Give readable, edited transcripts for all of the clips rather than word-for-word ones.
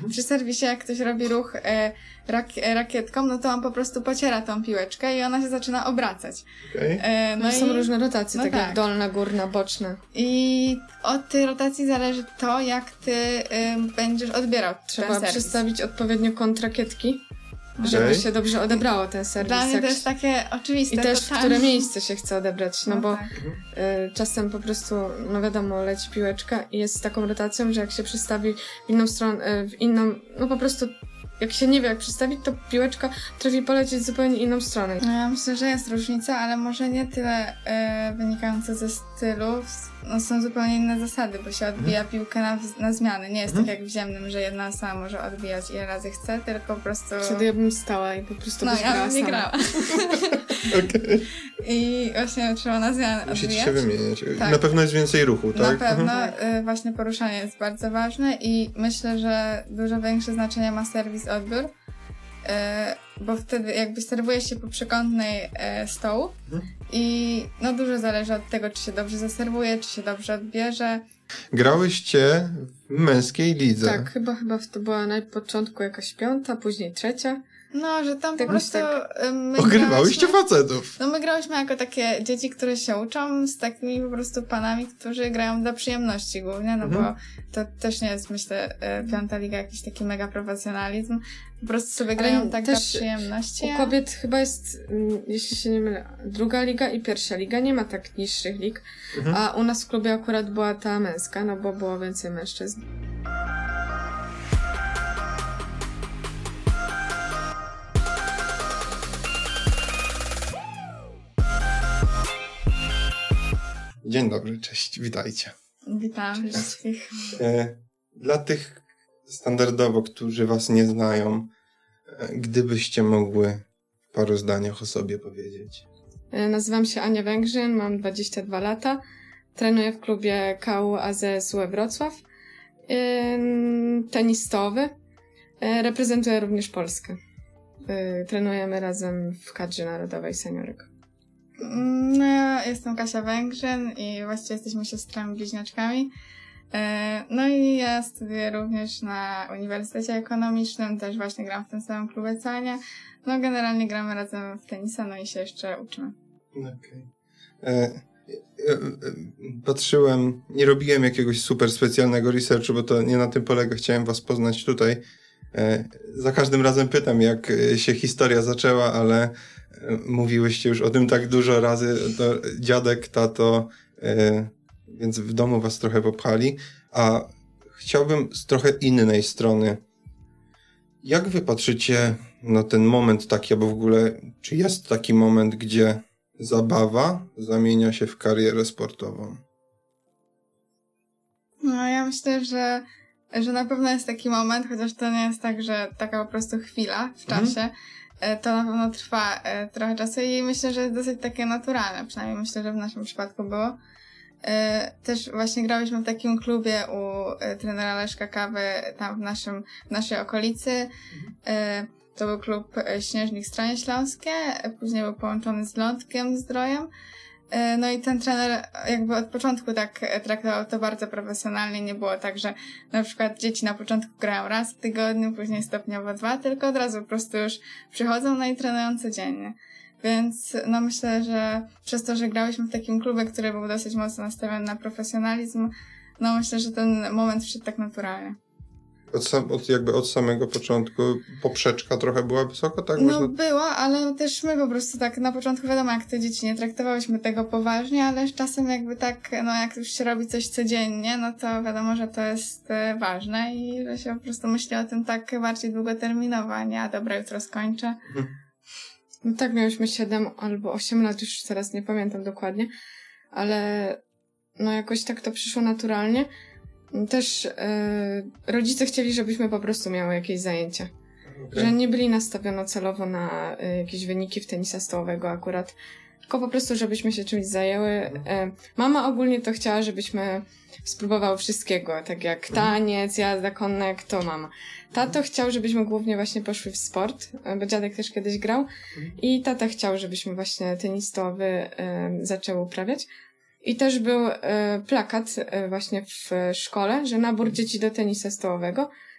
przy serwisie, jak ktoś robi ruch rakietką, no to on po prostu pociera tą piłeczkę i ona się zaczyna obracać. Okay. No są różne rotacje, no tak jak dolna, górna, boczna. I od tej rotacji zależy to, jak ty będziesz odbierał Trzeba ten serwis. przystawić odpowiednio kąt rakietki, żeby się dobrze odebrało ten serwis. Dla mnie to jest takie oczywiste. I też w które miejsce się chce odebrać, no bo tak. czasem po prostu, no wiadomo, leci piłeczka i jest z taką rotacją, że jak się przystawi w inną stronę, no po prostu jak się nie wie jak przystawić, to piłeczka trafi polecieć w zupełnie inną stronę. No ja myślę, że jest różnica, ale może nie tyle wynikająca ze stylu, no są zupełnie inne zasady, bo się odbija piłkę na zmiany. Nie jest tak jak w ziemnym, że jedna osoba może odbijać ile razy chce, tylko po prostu... Wtedy ja bym stała i po prostu byś grała ja bym nie grała. Okay. I właśnie trzeba na zmianę odbijać. Musicie się wymieniać. Tak. Na pewno jest więcej ruchu, tak? Na pewno. Właśnie poruszanie jest bardzo ważne i myślę, że dużo większe znaczenie ma serwis-odbiór, bo wtedy jakby serwuje się po przekątnej stołu i no dużo zależy od tego, czy się dobrze zaserwuje, czy się dobrze odbierze. Grałyście w męskiej lidze. Tak, chyba to była na początku jakaś 5, później 3. No, że tam tak po prostu ogrywałyście facetów. No my grałyśmy jako takie dzieci, które się uczą z takimi po prostu panami, którzy grają dla przyjemności głównie, no bo to też nie jest, myślę, 5. liga jakiś taki mega profesjonalizm. Po prostu sobie grają tak dla przyjemności. U kobiet chyba jest, jeśli się nie mylę, 2. liga i 1. liga. Nie ma tak niższych lig. A u nas w klubie akurat była ta męska, no bo było więcej mężczyzn. Dzień dobry, cześć, witajcie. Witam wszystkich. Dla tych standardowo, którzy was nie znają, gdybyście mogły w paru zdaniach o sobie powiedzieć. Nazywam się Ania Węgrzyn, mam 22 lata. Trenuję w klubie KU AZS-UE Wrocław. Tenis stołowy. Reprezentuję również Polskę. Trenujemy razem w kadrze narodowej seniorek. No ja jestem Kasia Węgrzyn i właściwie jesteśmy siostrami bliźniaczkami. No i ja studiuję również na Uniwersytecie Ekonomicznym, też właśnie gram w tym samym klubie co Ania. No generalnie gramy razem w tenisa, no i się jeszcze uczymy. Okej. Patrzyłem, nie robiłem jakiegoś super specjalnego researchu, bo to nie na tym polega, chciałem was poznać tutaj. Za każdym razem pytam, jak się historia zaczęła, ale mówiłyście już o tym tak dużo razy, to dziadek, tato, więc w domu was trochę popchali, a chciałbym z trochę innej strony. Jak wy patrzycie na ten moment taki, albo w ogóle, czy jest taki moment, gdzie zabawa zamienia się w karierę sportową? No ja myślę, że na pewno jest taki moment, chociaż to nie jest tak, że taka po prostu chwila w czasie. To na pewno trwa trochę czasu i myślę, że jest dosyć takie naturalne. Przynajmniej myślę, że w naszym przypadku było. Też właśnie grałyśmy w takim klubie u trenera Leszka Kawy tam w naszej okolicy. To był klub Śnieżnik Stronie Śląskie, później był połączony z Lądkiem Zdrojem. No i ten trener jakby od początku tak traktował to bardzo profesjonalnie. Nie było tak, że na przykład dzieci na początku grają raz w tygodniu, później stopniowo 2, tylko od razu po prostu już przychodzą, no i trenują codziennie. Więc no myślę, że przez to, że grałyśmy w takim klubie, który był dosyć mocno nastawiony na profesjonalizm, no myślę, że ten moment wszedł tak naturalnie. Od samego początku poprzeczka trochę była wysoko, tak? No była, ale też my po prostu tak na początku, wiadomo, jak te dzieci, nie traktowałyśmy tego poważnie, ale z czasem jakby tak, no jak już się robi coś codziennie, no to wiadomo, że to jest ważne i że się po prostu myśli o tym tak bardziej długoterminowo, a nie, a dobra, jutro skończę. No tak, miałyśmy 7 albo 8 lat, już teraz nie pamiętam dokładnie, ale no jakoś tak to przyszło naturalnie. Też rodzice chcieli, żebyśmy po prostu miały jakieś zajęcia. Okay. Że nie byli nastawiono celowo na jakieś wyniki w tenisa stołowego akurat, tylko po prostu, żebyśmy się czymś zajęły. Mama ogólnie to chciała, żebyśmy spróbowały wszystkiego, tak jak taniec, jazda konna, jak to mama. Tato chciał, żebyśmy głównie właśnie poszły w sport, bo dziadek też kiedyś grał i tata chciał, żebyśmy właśnie tenis stołowy zaczęły uprawiać. I też był plakat właśnie w szkole, że nabór dzieci do tenisa stołowego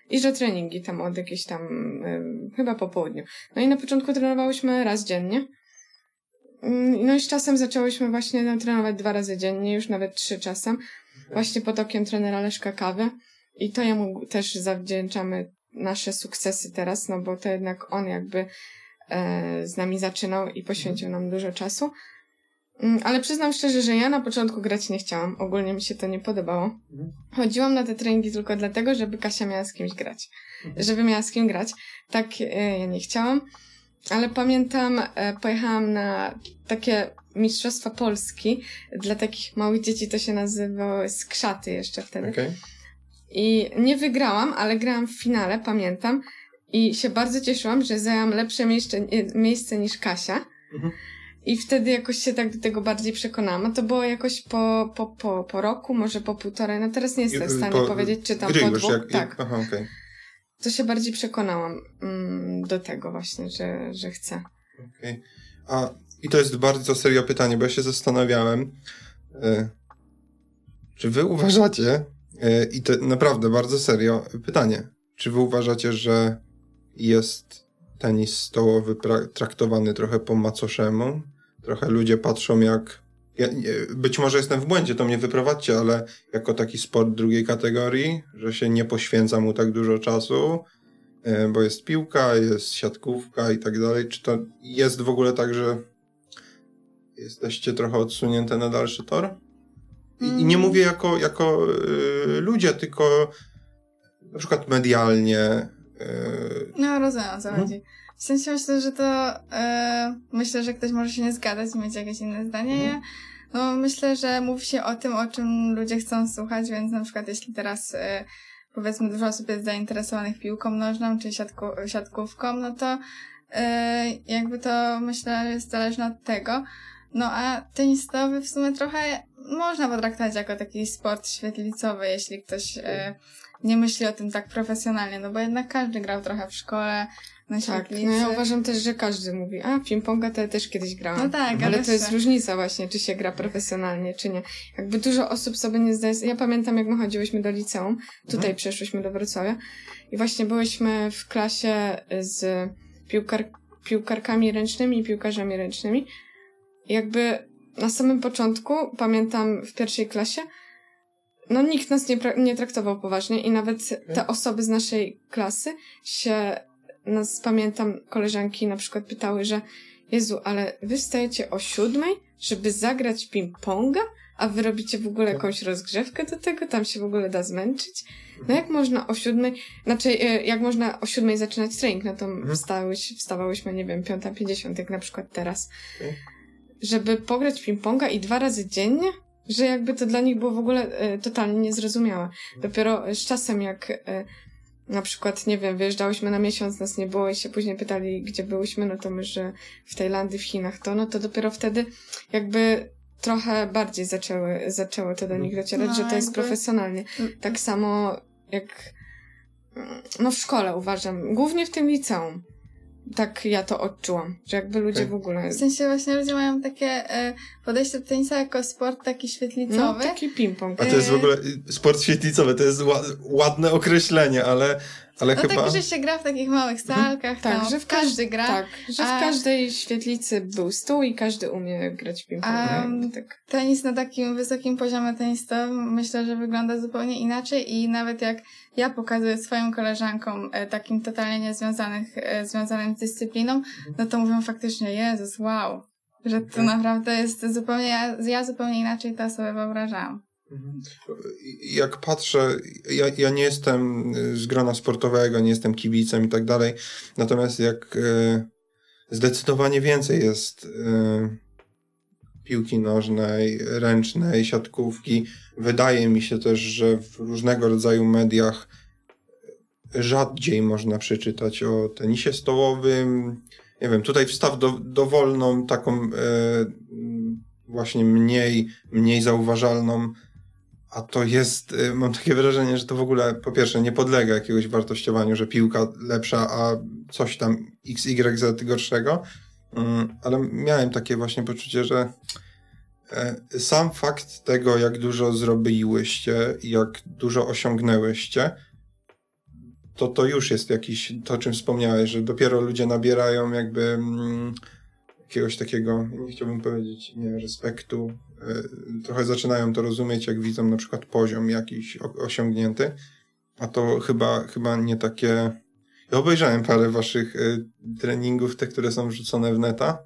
I że treningi tam od jakiejś tam, chyba po południu. No i na początku trenowałyśmy raz dziennie. No i z czasem zaczęłyśmy właśnie trenować 2 razy dziennie, już nawet 3 czasem. Właśnie pod okiem trenera Leszka Kawy. I to jemu też zawdzięczamy nasze sukcesy teraz, no bo to jednak on jakby z nami zaczynał i poświęcił nam dużo czasu. Ale przyznam szczerze, że ja na początku grać nie chciałam. Ogólnie mi się to nie podobało. Chodziłam na te treningi tylko dlatego, żeby Kasia miała z kimś grać. Żeby miała z kim grać. Tak ja nie chciałam. Ale pamiętam, pojechałam na takie Mistrzostwa Polski. Dla takich małych dzieci to się nazywało skrzaty jeszcze wtedy. Okay. I nie wygrałam, ale grałam w finale, pamiętam. I się bardzo cieszyłam, że zajęłam lepsze miejsce niż Kasia. I wtedy jakoś się tak do tego bardziej przekonałam. A to było jakoś po roku, może po 1,5. No teraz nie jestem w stanie powiedzieć, czy tam po 2. Tak. Aha, okay. To się bardziej przekonałam do tego właśnie, że chcę. Okay. I to jest bardzo serio pytanie, bo ja się zastanawiałem, czy wy uważacie, i to naprawdę bardzo serio pytanie, czy wy uważacie, że jest tenis stołowy traktowany trochę po macoszemu? Trochę ludzie patrzą być może jestem w błędzie, to mnie wyprowadźcie, ale jako taki sport drugiej kategorii, że się nie poświęca mu tak dużo czasu, bo jest piłka, jest siatkówka i tak dalej. Czy to jest w ogóle tak, że jesteście trochę odsunięte na dalszy tor? I nie mówię jako ludzie, tylko na przykład medialnie. No, rozumiem, o co chodzi. W sensie myślę, że to myślę, że ktoś może się nie zgadzać i mieć jakieś inne zdanie. No, myślę, że mówi się o tym, o czym ludzie chcą słuchać, więc na przykład jeśli teraz powiedzmy dużo osób jest zainteresowanych piłką nożną czy siatkówką, no to jakby to myślę jest zależne od tego. No a tenis stołowy w sumie trochę można potraktować jako taki sport świetlicowy, jeśli ktoś nie myśli o tym tak profesjonalnie, no bo jednak każdy grał trochę w szkole, na świetlicy. Tak, no ja uważam też, że każdy mówi, ping-ponga to ja też kiedyś grałam. No tak, ale to jest różnica właśnie, czy się gra profesjonalnie, czy nie. Jakby dużo osób sobie nie zdaje. Ja pamiętam, jak my chodziłyśmy do liceum, tutaj przeszłyśmy do Wrocławia i właśnie byłyśmy w klasie z piłkarkami ręcznymi i piłkarzami ręcznymi. I jakby na samym początku, pamiętam w 1. klasie, no nikt nas nie traktował poważnie i nawet te osoby z naszej klasy pamiętam, koleżanki na przykład pytały, że Jezu, ale wy wstajecie o 7, żeby zagrać ping-ponga, a wy robicie w ogóle jakąś rozgrzewkę do tego, tam się w ogóle da zmęczyć? No jak można o 7, jak można o 7 zaczynać trening, no to wstawałyśmy, nie wiem, 5:50, jak na przykład teraz. Żeby pograć ping-ponga i 2 razy dziennie? Że jakby to dla nich było w ogóle totalnie niezrozumiałe. Dopiero z czasem, jak na przykład, nie wiem, wyjeżdżałyśmy na miesiąc, nas nie było i się później pytali, gdzie byłyśmy, no to my, że w Tajlandii, w Chinach no to dopiero wtedy jakby trochę bardziej zaczęło to do nich docierać, że to jest profesjonalnie. Tak samo jak w szkole uważam, głównie w tym liceum. Tak ja to odczułam, że jakby ludzie w ogóle... W sensie właśnie ludzie mają takie podejście do tenisa jako sport taki świetlicowy. No, taki ping-pong. A to jest w ogóle sport świetlicowy, to jest ładne określenie, ale chyba... No tak, że się gra w takich małych salkach, tak, że każdy gra. Tak, że w każdej świetlicy był stół i każdy umie grać w ping-pong. Tak. Tenis na takim wysokim poziomie tenistowym myślę, że wygląda zupełnie inaczej i nawet jak ja pokazuję swoim koleżankom takim totalnie związanym z dyscypliną, no to mówią faktycznie, Jezus, wow, że to naprawdę jest zupełnie, ja zupełnie inaczej to sobie wyobrażałam. Jak patrzę, ja nie jestem z grona sportowego, nie jestem kibicem i tak dalej, natomiast jak zdecydowanie więcej jest piłki nożnej, ręcznej, siatkówki. Wydaje mi się też, że w różnego rodzaju mediach rzadziej można przeczytać o tenisie stołowym. Nie wiem, tutaj wstaw dowolną taką właśnie mniej zauważalną, a to jest, mam takie wrażenie, że to w ogóle po pierwsze nie podlega jakiegoś wartościowaniu, że piłka lepsza, a coś tam XYZ gorszego, ale miałem takie właśnie poczucie, że sam fakt tego, jak dużo zrobiłyście i jak dużo osiągnęłyście, to już jest jakiś, to o czym wspomniałeś, że dopiero ludzie nabierają jakby jakiegoś takiego, nie chciałbym powiedzieć, nie, respektu. Trochę zaczynają to rozumieć, jak widzą na przykład poziom jakiś osiągnięty, a to chyba nie takie... Ja obejrzałem parę waszych treningów, te, które są wrzucone w neta.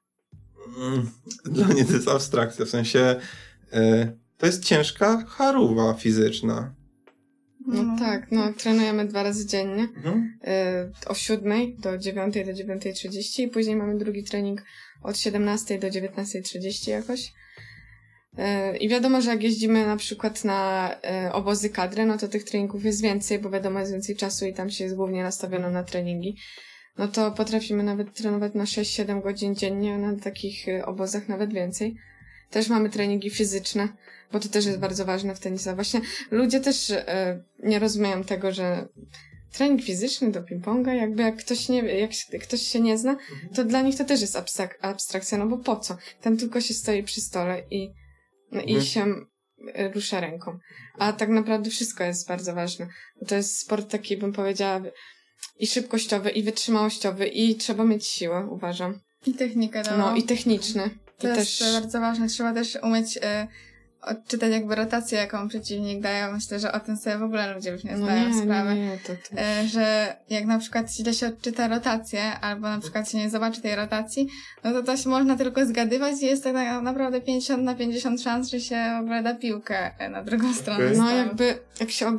Dla mnie to jest abstrakcja, w sensie to jest ciężka charuwa fizyczna. No tak, trenujemy 2 razy dziennie, o 7 do 9 do 9:30 i później mamy drugi trening od 17 do 19:30 jakoś. I wiadomo, że jak jeździmy na przykład na obozy kadry, no to tych treningów jest więcej, bo wiadomo, jest więcej czasu i tam się jest głównie nastawiono na treningi. No to potrafimy nawet trenować na 6-7 godzin dziennie, na takich obozach nawet więcej. Też mamy treningi fizyczne, bo to też jest bardzo ważne w tenisach. Właśnie ludzie też nie rozumieją tego, że trening fizyczny do ping-ponga, jakby jak ktoś się nie zna, to dla nich to też jest abstrakcja, no bo po co? Tam tylko się stoi przy stole i się rusza ręką. A tak naprawdę wszystko jest bardzo ważne. Bo to jest sport taki, bym powiedziała, i szybkościowy, i wytrzymałościowy, i trzeba mieć siłę, uważam. I technikę. No, i techniczny. To jest bardzo ważne. Trzeba też umieć odczytać jakby rotację, jaką przeciwnik daje. Myślę, że o tym sobie w ogóle ludzie już nie zdają sprawy. Że jak na przykład źle się odczyta rotację, albo na przykład się nie zobaczy tej rotacji, no to się można tylko zgadywać i jest tak naprawdę 50/50 szans, że się w ogóle da piłkę na drugą stronę. No jakby, jak się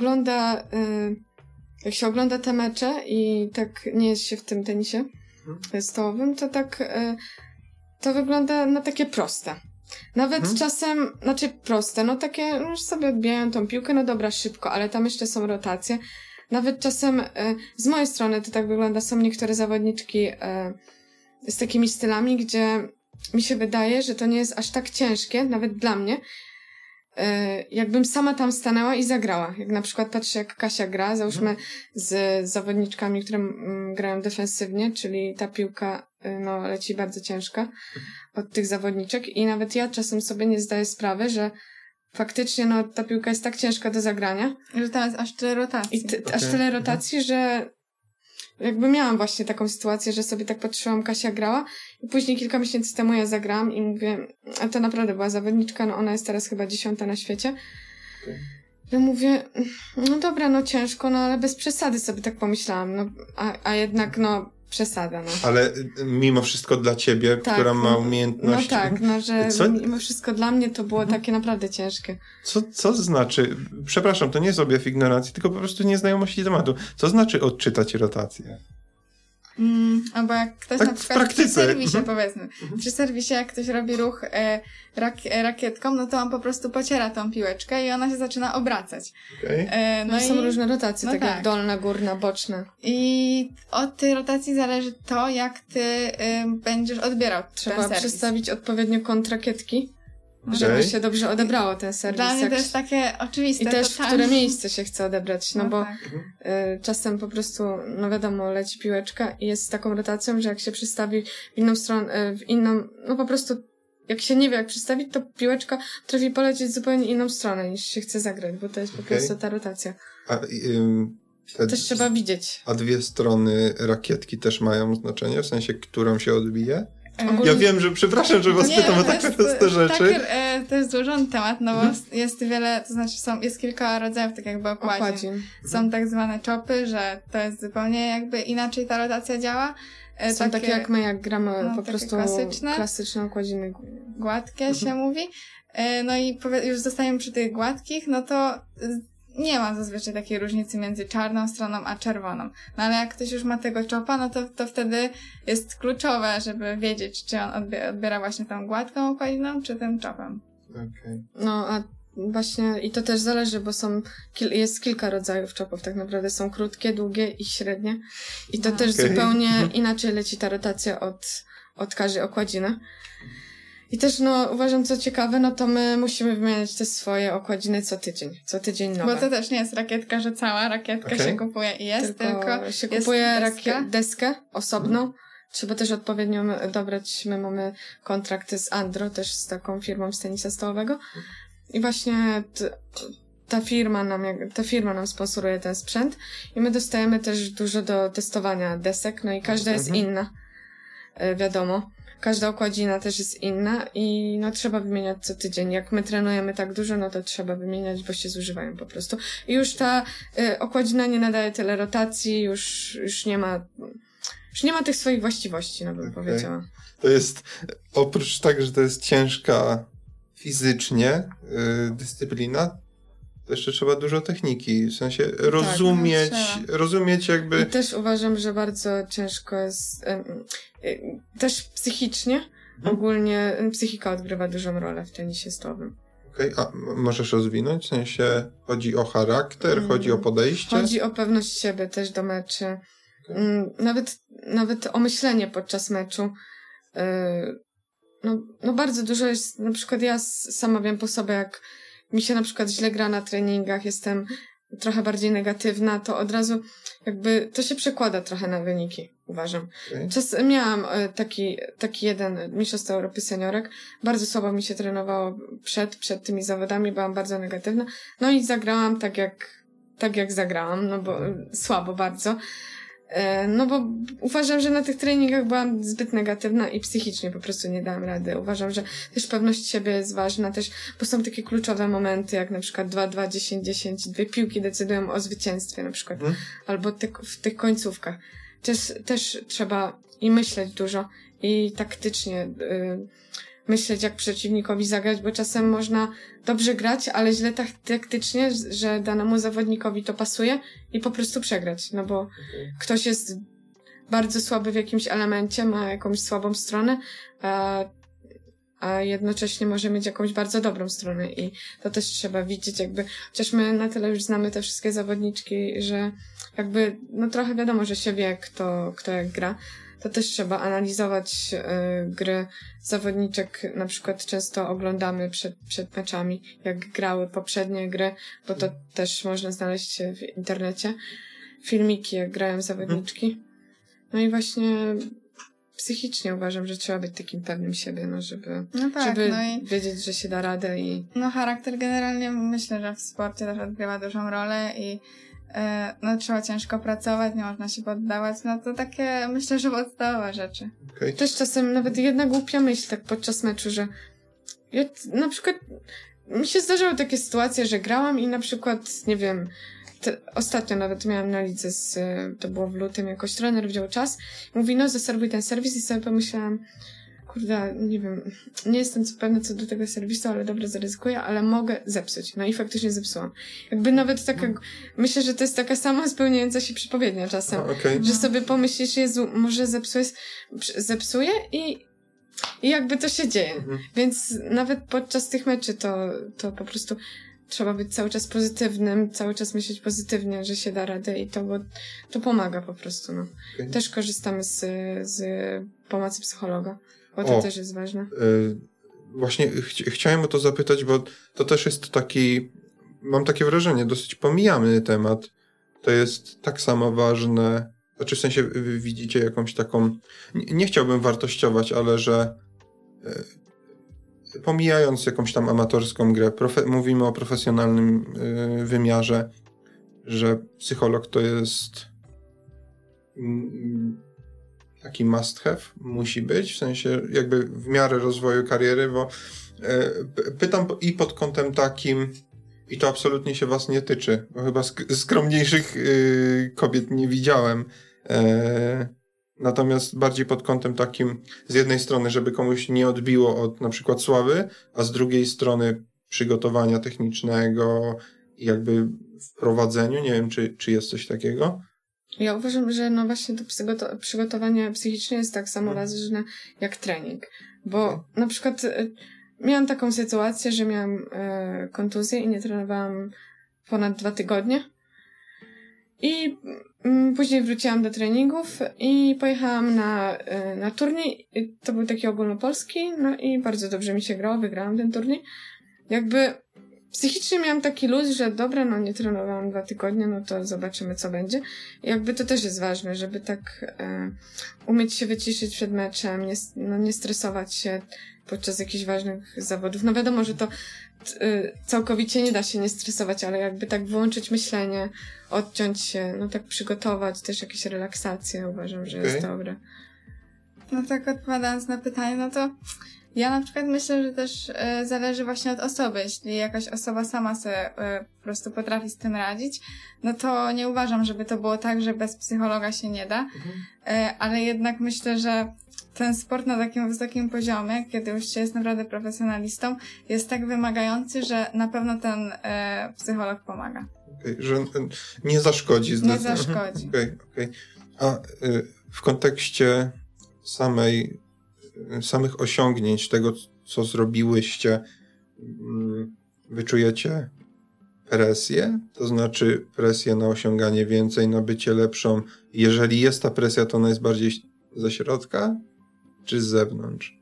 ogląda te mecze i tak nie jest się w tym tenisie stołowym, to tak to wygląda na takie proste. Nawet czasem, proste, no takie, już sobie odbijają tą piłkę, no dobra, szybko, ale tam jeszcze są rotacje. Nawet czasem, z mojej strony to tak wygląda, są niektóre zawodniczki z takimi stylami, gdzie mi się wydaje, że to nie jest aż tak ciężkie, nawet dla mnie, jakbym sama tam stanęła i zagrała. Jak na przykład patrzę, jak Kasia gra, załóżmy z zawodniczkami, które grają defensywnie, czyli ta piłka leci bardzo ciężka od tych zawodniczek i nawet ja czasem sobie nie zdaję sprawy, że faktycznie ta piłka jest tak ciężka do zagrania. Że tam jest aż tyle rotacji. Aż tyle rotacji, że jakby miałam właśnie taką sytuację, że sobie tak patrzyłam, Kasia grała i później kilka miesięcy temu ja zagrałam i mówię, a to naprawdę była zawodniczka, ona jest teraz chyba 10. na świecie. Ja mówię, no dobra, ciężko, ale bez przesady sobie tak pomyślałam, a jednak przesada, Ale mimo wszystko dla ciebie, tak, która ma umiejętności... że mimo wszystko dla mnie to było takie naprawdę ciężkie. Co znaczy, przepraszam, to nie jest objaw ignorancji, tylko po prostu nieznajomości tematu. Co znaczy odczytać rotację? Albo jak ktoś tak na przykład przy serwisie, powiedzmy, przy serwisie jak ktoś robi ruch rakietką, no to on po prostu pociera tą piłeczkę i ona się zaczyna obracać. Okay. Są różne rotacje, tak jak dolna, górna, boczna. I od tej rotacji zależy to, jak ty będziesz odbierał Trzeba ten serwis. przestawić odpowiednio kąt rakietki, żeby się dobrze odebrało ten serwis. Dla mnie to jest takie oczywiste. I też w które miejsce się chce odebrać, bo tak. Czasem po prostu, wiadomo, leci piłeczka i jest z taką rotacją, że jak się przestawi w inną stronę, po prostu jak się nie wie jak przestawić, to piłeczka trafi polecieć w zupełnie inną stronę niż się chce zagrać, bo to jest po prostu ta rotacja. Też trzeba widzieć. A 2 strony rakietki też mają znaczenie, w sensie, którą się odbije? Ogólnie... Ja wiem, że przepraszam, że was pytam o takie proste rzeczy. To jest złożony temat, bo jest wiele, to znaczy jest kilka rodzajów tak jakby okładzin. Są tak zwane czopy, że to jest zupełnie jakby inaczej ta rotacja działa. Są takie jak my, jak gramy po prostu klasyczne okładziny. Gładkie się mówi. No i już zostajemy przy tych gładkich, no to nie ma zazwyczaj takiej różnicy między czarną stroną a czerwoną. No ale jak ktoś już ma tego czopa, no to wtedy jest kluczowe, żeby wiedzieć, czy on odbiera właśnie tą gładką okładiną, czy tym czopem. Okay. A właśnie i to też zależy, bo jest kilka rodzajów czopów, tak naprawdę są krótkie, długie i średnie. I to też zupełnie inaczej leci ta rotacja od każdej okładziny. I też, uważam, co ciekawe, to my musimy wymieniać te swoje okładziny co tydzień nowe. Bo to też nie jest rakietka, że cała rakietka się kupuje i tylko się kupuje deskę osobną. Trzeba też odpowiednio dobrać. My mamy kontrakt z Andro, też z taką firmą z tenisa stołowego. I właśnie ta firma nam sponsoruje ten sprzęt i my dostajemy też dużo do testowania desek, no i każda jest inna, wiadomo. Każda okładzina też jest inna i no trzeba wymieniać co tydzień. Jak my trenujemy tak dużo, no to trzeba wymieniać, bo się zużywają po prostu. I już ta okładzina nie nadaje tyle rotacji, już nie ma tych swoich właściwości, no bym powiedziała. To jest, oprócz tego, że to jest ciężka fizycznie dyscyplina, to jeszcze trzeba dużo techniki, w sensie rozumieć jakby... I też uważam, że bardzo ciężko jest, też psychicznie, ogólnie psychika odgrywa dużą rolę w tenisie stołowym. Okej, a możesz rozwinąć? W sensie chodzi o charakter, chodzi o podejście? Chodzi o pewność siebie też do meczy. Nawet o myślenie podczas meczu. No bardzo dużo jest, na przykład ja sama wiem po sobie, jak mi się na przykład źle gra na treningach, jestem trochę bardziej negatywna, to od razu jakby to się przekłada trochę na wyniki, uważam. Miałam taki jeden mistrzostwo Europy seniorek, bardzo słabo mi się trenowało przed tymi zawodami, byłam bardzo negatywna, no i zagrałam tak jak zagrałam, no bo słabo bardzo. No bo uważam, że na tych treningach byłam zbyt negatywna i psychicznie po prostu nie dałam rady. Uważam, że też pewność siebie jest ważna też, bo są takie kluczowe momenty, jak na przykład 2-2, 10-10, 2 piłki decydują o zwycięstwie na przykład, albo w tych końcówkach. Też trzeba i myśleć dużo i taktycznie myśleć, jak przeciwnikowi zagrać, bo czasem można dobrze grać, ale źle taktycznie, że danemu zawodnikowi to pasuje i po prostu przegrać, no bo ktoś jest bardzo słaby w jakimś elemencie, ma jakąś słabą stronę, a jednocześnie może mieć jakąś bardzo dobrą stronę i to też trzeba widzieć jakby, chociaż my na tyle już znamy te wszystkie zawodniczki, że jakby, no trochę wiadomo, że się wie, kto jak gra, to też trzeba analizować gry zawodniczek. Na przykład często oglądamy przed meczami, jak grały poprzednie gry, bo to też można znaleźć w internecie. Filmiki, jak grają zawodniczki. No i właśnie psychicznie uważam, że trzeba być takim pewnym siebie, no żeby wiedzieć, że się da radę i... No charakter generalnie myślę, że w sporcie też odgrywa dużą rolę i no trzeba ciężko pracować, nie można się poddawać, no to takie myślę, że podstawowe rzeczy. Okay. Też czasem nawet jedna głupia myśl tak podczas meczu, że ja na przykład mi się zdarzały takie sytuacje, że grałam i na przykład, nie wiem, ostatnio nawet miałam na lidze, to było w lutym, jakoś trener wziął czas, mówi, no zaserwuj ten serwis i sobie pomyślałam, kurde, nie wiem, nie jestem pewna co do tego serwisu, ale dobra, zaryzykuję, ale mogę zepsuć. No i faktycznie zepsułam. Jakby nawet taka, myślę, że to jest taka sama spełniająca się przepowiednia czasem, że sobie pomyślisz, Jezu, może zepsuję i jakby to się dzieje. Więc nawet podczas tych meczy to po prostu trzeba być cały czas pozytywnym, cały czas myśleć pozytywnie, że się da radę i bo to pomaga po prostu, no. Też korzystamy z pomocy psychologa. Bo to też jest ważne. Właśnie chciałem o to zapytać, bo to też jest taki, mam takie wrażenie, dosyć pomijamy temat. To jest tak samo ważne, znaczy w sensie wy widzicie jakąś taką, nie chciałbym wartościować, ale że pomijając jakąś tam amatorską grę, mówimy o profesjonalnym wymiarze, że psycholog to jest taki must have, musi być, w sensie jakby w miarę rozwoju kariery, bo pytam i pod kątem takim, i to absolutnie się was nie tyczy, bo chyba skromniejszych kobiet nie widziałem, natomiast bardziej pod kątem takim, z jednej strony, żeby komuś nie odbiło od na przykład sławy, a z drugiej strony przygotowania technicznego i jakby wprowadzeniu, nie wiem, czy jest coś takiego? Ja uważam, że no właśnie to przygotowanie psychiczne jest tak samo ważne jak trening, bo na przykład miałam taką sytuację, że miałam kontuzję i nie trenowałam ponad 2 tygodnie i później wróciłam do treningów i pojechałam na turniej, to był taki ogólnopolski, no i bardzo dobrze mi się grało, wygrałam ten turniej. Jakby psychicznie miałam taki luz, że dobra, no nie trenowałam 2 tygodnie, no to zobaczymy, co będzie. I jakby to też jest ważne, żeby tak umieć się wyciszyć przed meczem, nie stresować się podczas jakichś ważnych zawodów. No wiadomo, że to całkowicie nie da się nie stresować, ale jakby tak wyłączyć myślenie, odciąć się, no tak przygotować też jakieś relaksacje, uważam, że jest dobre. No tak odpowiadając na pytanie, no to ja na przykład myślę, że też zależy właśnie od osoby. Jeśli jakaś osoba sama sobie po prostu potrafi z tym radzić, no to nie uważam, żeby to było tak, że bez psychologa się nie da. Ale jednak myślę, że ten sport na takim wysokim poziomie, kiedy już się jest naprawdę profesjonalistą, jest tak wymagający, że na pewno ten psycholog pomaga. Że nie zaszkodzi. Nie zaszkodzi. Okej. A w kontekście samych osiągnięć, tego, co zrobiłyście, wyczujecie presję? To znaczy presję na osiąganie więcej, na bycie lepszą. Jeżeli jest ta presja, to ona jest bardziej ze środka, czy z zewnątrz?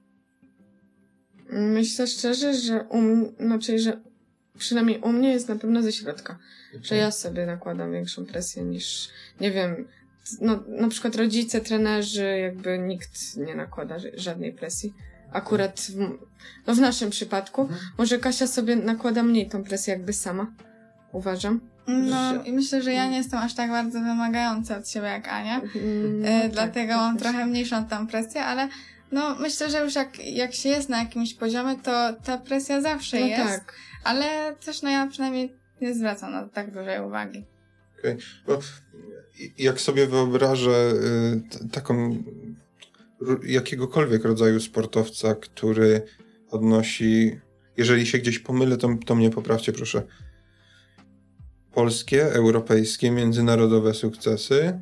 Myślę szczerze, że że przynajmniej u mnie jest na pewno ze środka. Że ja sobie nakładam większą presję niż, nie wiem, no, na przykład rodzice, trenerzy, jakby nikt nie nakłada żadnej presji. Akurat w naszym przypadku. Może Kasia sobie nakłada mniej tą presję jakby sama. Uważam. No i myślę, że ja nie jestem aż tak bardzo wymagająca od siebie jak Ania. Dlatego mam trochę mniejszą tam presję, ale no myślę, że już jak się jest na jakimś poziomie, to ta presja zawsze jest. Tak. Ale też ja przynajmniej nie zwracam na to tak dużej uwagi. Okej. Bo jak sobie wyobrażę taką jakiegokolwiek rodzaju sportowca, który odnosi, jeżeli się gdzieś pomylę, to mnie poprawcie proszę, polskie, europejskie, międzynarodowe sukcesy,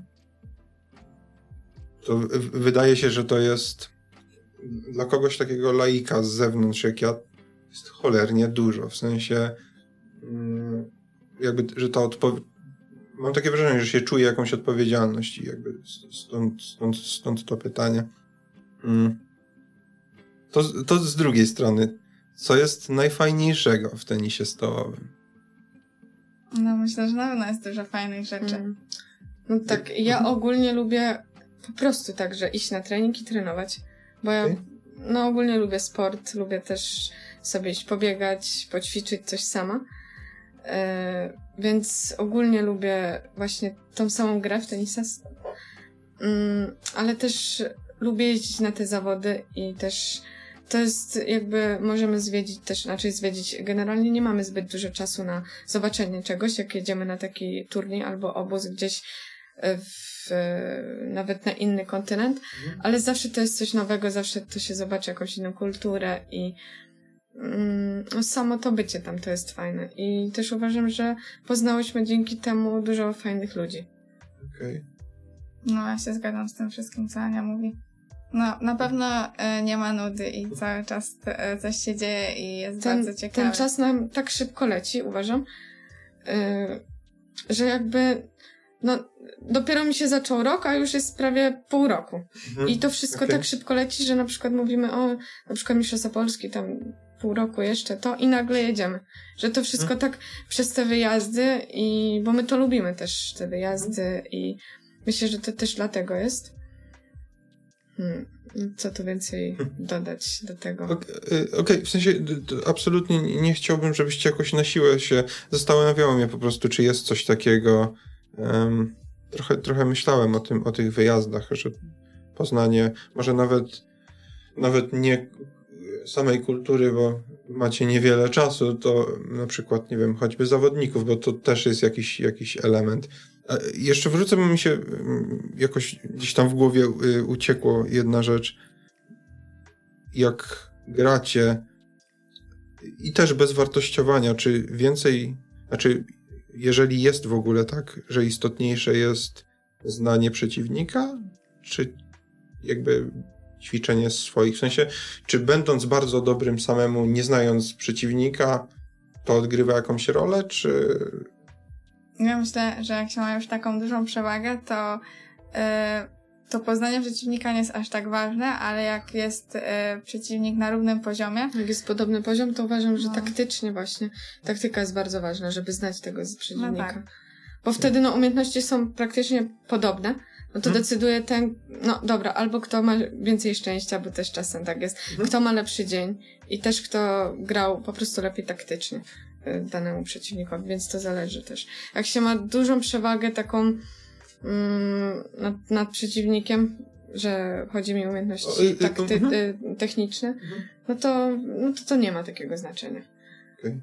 to wydaje się, że to jest dla kogoś takiego laika z zewnątrz, jak ja, jest cholernie dużo. W sensie jakby, że ta mam takie wrażenie, że się czuję jakąś odpowiedzialność i jakby stąd to pytanie. To z drugiej strony, co jest najfajniejszego w tenisie stołowym? No myślę, że na pewno jest dużo fajnych rzeczy. No tak, ja ogólnie lubię po prostu tak, że iść na trening i trenować, bo ja ogólnie lubię sport, lubię też sobie iść pobiegać, poćwiczyć coś sama. Więc ogólnie lubię właśnie tą samą grę w tenisa, ale też lubię jeździć na te zawody i też to jest jakby możemy zwiedzić, generalnie nie mamy zbyt dużo czasu na zobaczenie czegoś, jak jedziemy na taki turniej albo obóz gdzieś nawet na inny kontynent, ale zawsze to jest coś nowego, zawsze to się zobaczy jakąś inną kulturę i samo to bycie tam to jest fajne i też uważam, że poznałyśmy dzięki temu dużo fajnych ludzi. Okej. No ja się zgadzam z tym wszystkim, co Ania mówi. No na pewno nie ma nudy i cały czas coś się dzieje i jest bardzo ciekawe. Ten czas nam tak szybko leci, uważam, że jakby dopiero mi się zaczął rok, a już jest prawie pół roku. I to wszystko tak szybko leci, że na przykład mówimy na przykład Mistrzostwa Polski, tam pół roku jeszcze to i nagle jedziemy. Że to wszystko tak przez te wyjazdy bo my to lubimy też, te wyjazdy i myślę, że to też dlatego jest. Co tu więcej dodać do tego? Okej, w sensie absolutnie nie chciałbym, żebyście jakoś na siłę się zastanawiało mnie po prostu, czy jest coś takiego. Trochę myślałem o tych wyjazdach, że poznanie może nawet nie samej kultury, bo macie niewiele czasu, to na przykład, nie wiem, choćby zawodników, bo to też jest jakiś element. Jeszcze wrócę, bo mi się jakoś gdzieś tam w głowie uciekło jedna rzecz. Jak gracie i też bez wartościowania, czy więcej, jeżeli jest w ogóle tak, że istotniejsze jest znanie przeciwnika, czy jakby ćwiczenie swoich, w sensie, czy będąc bardzo dobrym samemu, nie znając przeciwnika, to odgrywa jakąś rolę, czy... Ja myślę, że jak się ma już taką dużą przewagę, to to poznanie przeciwnika nie jest aż tak ważne, ale jak jest przeciwnik na równym poziomie. Jak jest podobny poziom, to uważam, że taktycznie właśnie taktyka jest bardzo ważna, żeby znać tego przeciwnika. No tak. Bo wtedy umiejętności są praktycznie podobne. No to decyduje ten, dobra, albo kto ma więcej szczęścia, bo też czasem tak jest, kto ma lepszy dzień i też kto grał po prostu lepiej taktycznie danemu przeciwnikowi, więc to zależy też. Jak się ma dużą przewagę taką nad przeciwnikiem, że chodzi mi o umiejętności techniczne, no to nie ma takiego znaczenia. Okay.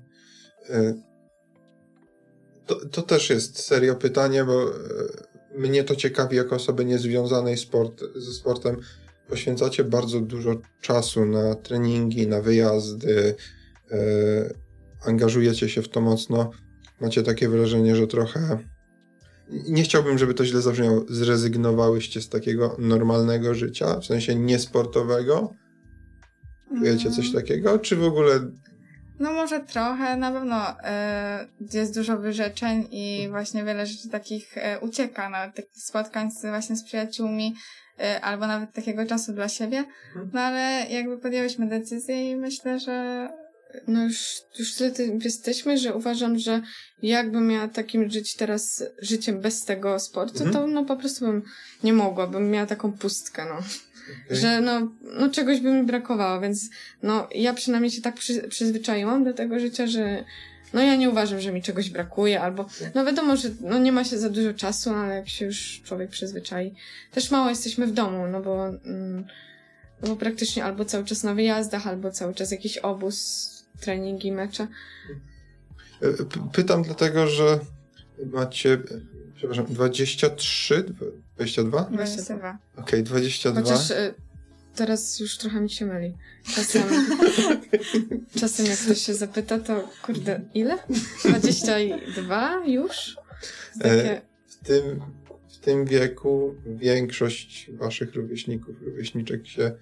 To też jest serio pytanie, bo mnie to ciekawi jako osoby niezwiązanej ze sportem. Poświęcacie bardzo dużo czasu na treningi, na wyjazdy, angażujecie się w to mocno. Macie takie wrażenie, że trochę... Nie chciałbym, żeby to źle zabrzmiało. Zrezygnowałyście z takiego normalnego życia, w sensie niesportowego? Czujecie coś takiego? Czy w ogóle... No może trochę, na pewno jest dużo wyrzeczeń i właśnie wiele rzeczy takich ucieka, nawet takich spotkań właśnie z przyjaciółmi, albo nawet takiego czasu dla siebie, no ale jakby podjęłyśmy decyzję i myślę, że no już tyle jesteśmy, że uważam, że jakbym miała takim żyć teraz życiem bez tego sportu, to po prostu bym nie mogła, bym miała taką pustkę, Okay. Że czegoś by mi brakowało, więc ja przynajmniej się tak przyzwyczaiłam do tego życia, że ja nie uważam, że mi czegoś brakuje, albo wiadomo, że nie ma się za dużo czasu, ale jak się już człowiek przyzwyczai. Też mało jesteśmy w domu, bo praktycznie albo cały czas na wyjazdach, albo cały czas jakiś obóz, treningi, mecze. Pytam dlatego, że macie, 23, 22? 22. Okej, 22. Chociaż teraz już trochę mi się myli. Czasem jak ktoś się zapyta, to kurde, ile? 22 już? Takie... W tym wieku większość waszych rówieśniczek się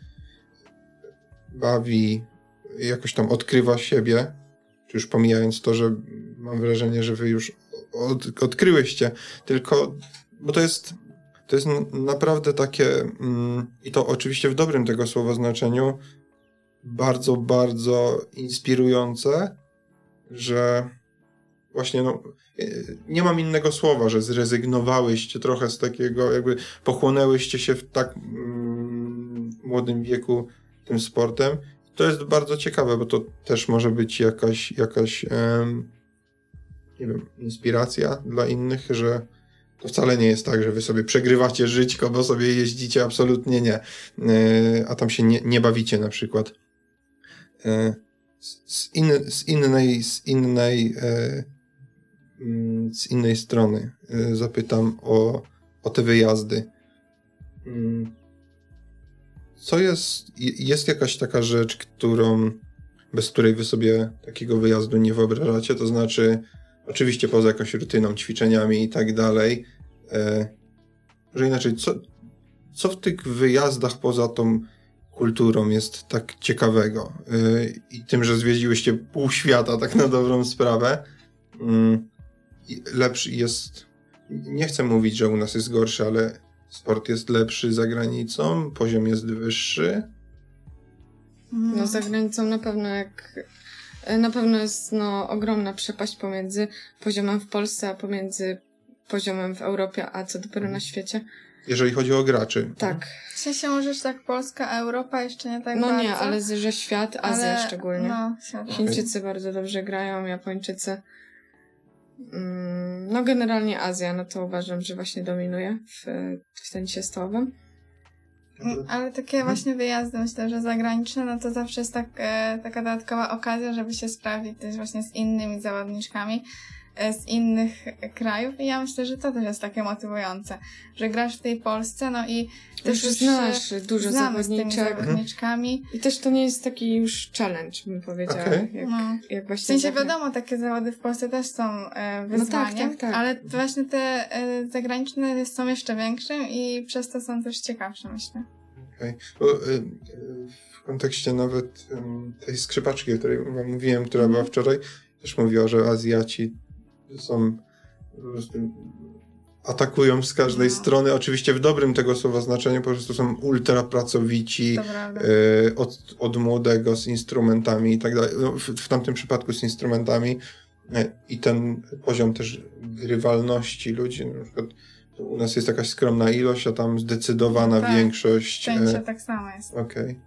bawi, jakoś tam odkrywa siebie, czy już pomijając to, że mam wrażenie, że wy już odkryłyście, tylko, bo to jest naprawdę takie, i to oczywiście w dobrym tego słowa znaczeniu, bardzo, bardzo inspirujące, że właśnie nie mam innego słowa, że zrezygnowałyście trochę z takiego, jakby pochłonęłyście się w tak młodym wieku tym sportem. To jest bardzo ciekawe, bo to też może być jakaś nie wiem, inspiracja dla innych, że to wcale nie jest tak, że wy sobie przegrywacie żyćko, bo sobie jeździcie, absolutnie nie. A tam się nie bawicie na przykład. Z innej strony zapytam o te wyjazdy. Co jest jakaś taka rzecz, bez której wy sobie takiego wyjazdu nie wyobrażacie? To znaczy, oczywiście poza jakąś rutyną, ćwiczeniami i tak dalej, że inaczej, co w tych wyjazdach poza tą kulturą jest tak ciekawego? I tym, że zwiedziłyście pół świata, tak na dobrą sprawę, lepszy jest, nie chcę mówić, że u nas jest gorszy, ale sport jest lepszy za granicą, poziom jest wyższy. Za granicą na pewno jest ogromna przepaść pomiędzy poziomem w Polsce, a pomiędzy poziomem w Europie, a co dopiero na świecie. Jeżeli chodzi o graczy. Tak. W sensie możesz tak Polska, Europa jeszcze nie tak bardzo. Nie, ale że świat, Azja szczególnie. Świat. Chińczycy bardzo dobrze grają, Japończycy. Generalnie Azja, to uważam, że właśnie dominuje w tenisie stołowym. Ale takie właśnie wyjazdy, myślę, że zagraniczne, to zawsze jest taka dodatkowa okazja, żeby się sprawdzić też właśnie z innymi zawodniczkami z innych krajów i ja myślę, że to też jest takie motywujące, że grasz w tej Polsce, i też już znasz dużo zawodniczkami. I też to nie jest taki już challenge, bym powiedziała. Okay. Jak właśnie w sensie wiadomo, takie zawody w Polsce też są wyzwaniem, tak. Ale właśnie te zagraniczne są jeszcze większym i przez to są też ciekawsze, myślę. Okay. W kontekście nawet tej skrzypaczki, o której wam mówiłem, która była wczoraj, też mówiła, że Azjaci są po prostu atakują z każdej strony, oczywiście w dobrym tego słowa znaczeniu, po prostu są ultra pracowici, od młodego z instrumentami i tak dalej, no, w tamtym przypadku z instrumentami i ten poziom też rywalności ludzi, na przykład u nas jest jakaś skromna ilość, a tam zdecydowana większość. Wszędzie tak samo jest. Okej.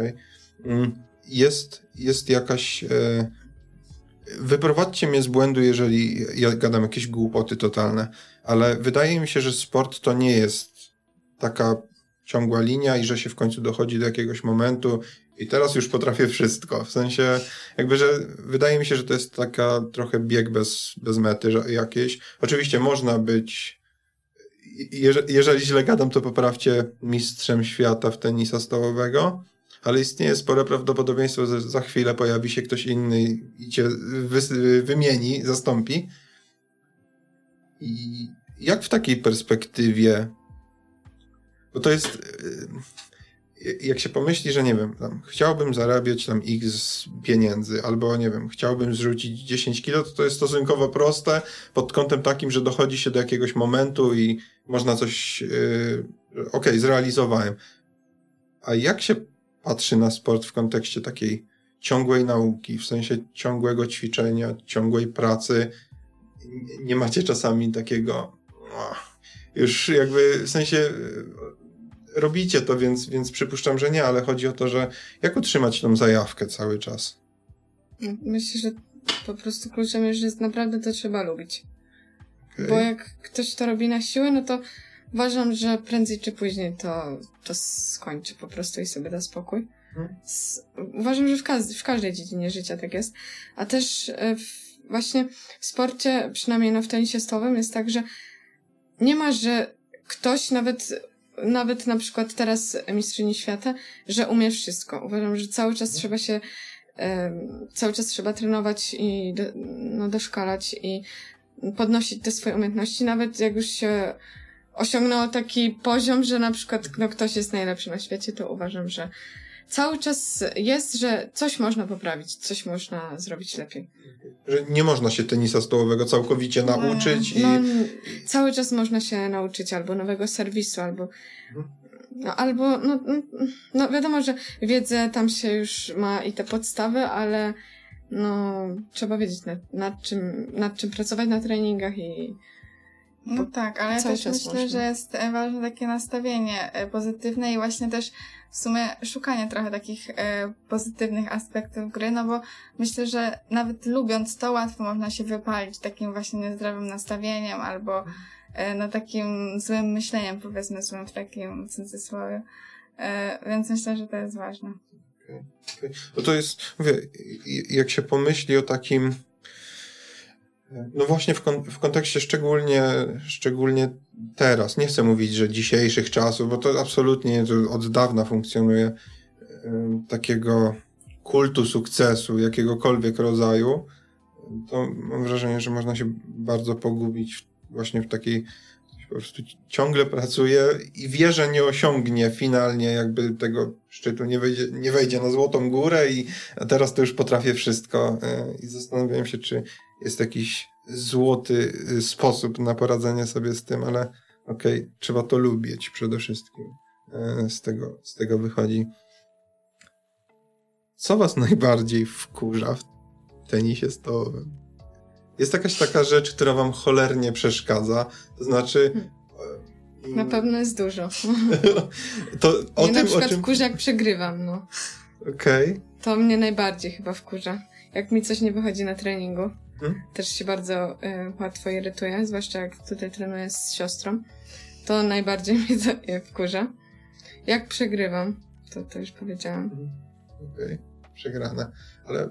Jest jakaś... Wyprowadźcie mnie z błędu, jeżeli ja gadam jakieś głupoty totalne, ale wydaje mi się, że sport to nie jest taka ciągła linia i że się w końcu dochodzi do jakiegoś momentu i teraz już potrafię wszystko. W sensie, jakby, że wydaje mi się, że to jest taka trochę bieg bez mety jakiejś. Oczywiście można być, jeżeli źle gadam, to poprawcie, mistrzem świata w tenisa stołowego, ale istnieje spore prawdopodobieństwo, że za chwilę pojawi się ktoś inny i cię wymieni, zastąpi. I jak w takiej perspektywie, bo to jest, jak się pomyśli, że nie wiem, tam, chciałbym zarabiać tam x pieniędzy, albo nie wiem, chciałbym zrzucić 10 kilo, to jest stosunkowo proste pod kątem takim, że dochodzi się do jakiegoś momentu i można coś, zrealizowałem. A jak się patrzy na sport w kontekście takiej ciągłej nauki, w sensie ciągłego ćwiczenia, ciągłej pracy? Nie macie czasami takiego, już jakby w sensie robicie to, więc przypuszczam, że nie, ale chodzi o to, że jak utrzymać tą zajawkę cały czas? Myślę, że po prostu kluczem jest, że naprawdę to trzeba lubić. Okay. Bo jak ktoś to robi na siłę, no to uważam, że prędzej czy później to skończy po prostu i sobie da spokój. Uważam, że w każdej dziedzinie życia tak jest. A też właśnie w sporcie, przynajmniej w tenisie stołowym jest tak, że nie ma, że ktoś nawet na przykład teraz mistrzyni świata, że umie wszystko. Uważam, że cały czas trzeba trenować i doszkalać i podnosić te swoje umiejętności, nawet jak już się osiągnęło taki poziom, że na przykład ktoś jest najlepszy na świecie, to uważam, że cały czas jest, że coś można poprawić, coś można zrobić lepiej. Że nie można się tenisa stołowego całkowicie nauczyć cały czas można się nauczyć albo nowego serwisu, albo wiadomo, że wiedzę tam się już ma i te podstawy, ale trzeba wiedzieć nad czym pracować na treningach i no tak, ale ja też myślę, że jest ważne takie nastawienie pozytywne i właśnie też w sumie szukanie trochę takich pozytywnych aspektów gry, no bo myślę, że nawet lubiąc to łatwo można się wypalić takim właśnie niezdrowym nastawieniem albo takim złym myśleniem, powiedzmy złym w takim cudzysłowie. Więc myślę, że to jest ważne. Okay. No to jest, mówię, jak się pomyśli o takim no właśnie w kontekście szczególnie teraz, nie chcę mówić, że dzisiejszych czasów, bo to absolutnie od dawna funkcjonuje, takiego kultu sukcesu jakiegokolwiek rodzaju, to mam wrażenie, że można się bardzo pogubić właśnie w takiej, po prostu ciągle pracuje i wie, że nie osiągnie finalnie jakby tego szczytu, nie wejdzie na złotą górę a teraz to już potrafię wszystko i zastanawiam się, czy jest jakiś złoty sposób na poradzenie sobie z tym, ale okej, trzeba to lubić przede wszystkim. Z tego wychodzi. Co was najbardziej wkurza w tenisie stołowym? Jest jakaś taka rzecz, która wam cholernie przeszkadza? To znaczy... Na pewno jest dużo. Mnie na przykład wkurza, jak przegrywam, Okej. To mnie najbardziej chyba wkurza. Jak mi coś nie wychodzi na treningu. Też się bardzo łatwo irytuję, zwłaszcza jak tutaj trenuję z siostrą. To najbardziej mnie to wkurza. Jak przegrywam, to już powiedziałam. Okej, przegrane. Ale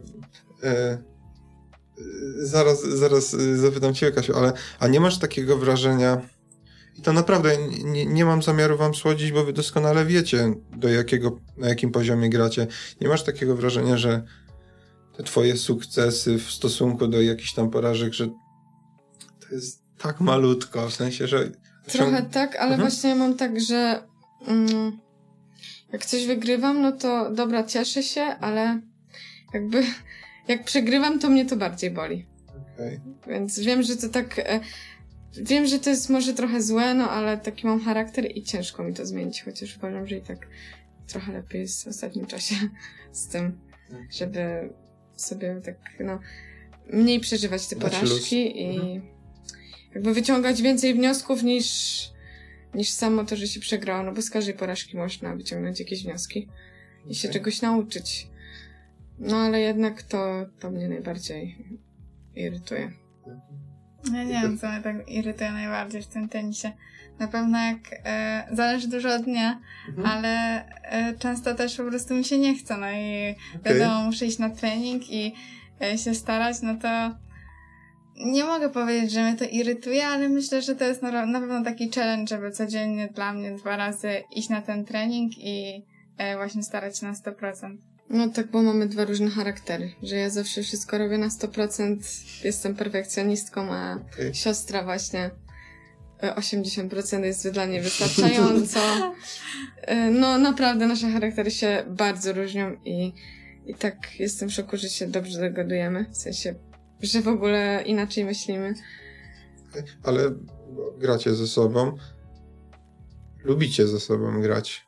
zaraz zapytam ciebie, Kasiu, a nie masz takiego wrażenia, i to naprawdę nie mam zamiaru wam słodzić, bo wy doskonale wiecie, na jakim poziomie gracie. Nie masz takiego wrażenia, że te twoje sukcesy w stosunku do jakichś tam porażek, że to jest tak malutko, w sensie, że... Trochę tak, ale właśnie mam tak, że jak coś wygrywam, no to dobra, cieszę się, ale jakby jak przegrywam, to mnie to bardziej boli. Okay. Więc wiem, że to tak wiem, że to jest może trochę złe, no ale taki mam charakter i ciężko mi to zmienić, chociaż uważam, że i tak trochę lepiej jest w ostatnim czasie z tym, żeby sobie tak, mniej przeżywać te porażki i jakby wyciągać więcej wniosków niż samo to, że się przegrało, no bo z każdej porażki można wyciągnąć jakieś wnioski i się czegoś nauczyć. No ale jednak to mnie najbardziej irytuje. Ja nie wiem, co mnie tak irytuje najbardziej w tym tenisie. Na pewno zależy dużo od dnia, ale często też po prostu mi się nie chce, no i wiadomo, muszę iść na trening i się starać, no to nie mogę powiedzieć, że mnie to irytuje, ale myślę, że to jest na pewno taki challenge, żeby codziennie dla mnie 2 razy iść na ten trening i właśnie starać się na 100%. No tak, bo mamy 2 różne charaktery, że ja zawsze wszystko robię na 100%, jestem perfekcjonistką, a siostra właśnie 80% jest dla niej wystarczająco. No naprawdę nasze charaktery się bardzo różnią i tak jestem w szoku, że się dobrze dogadujemy, w sensie, że w ogóle inaczej myślimy. Ale gracie ze sobą, lubicie ze sobą grać.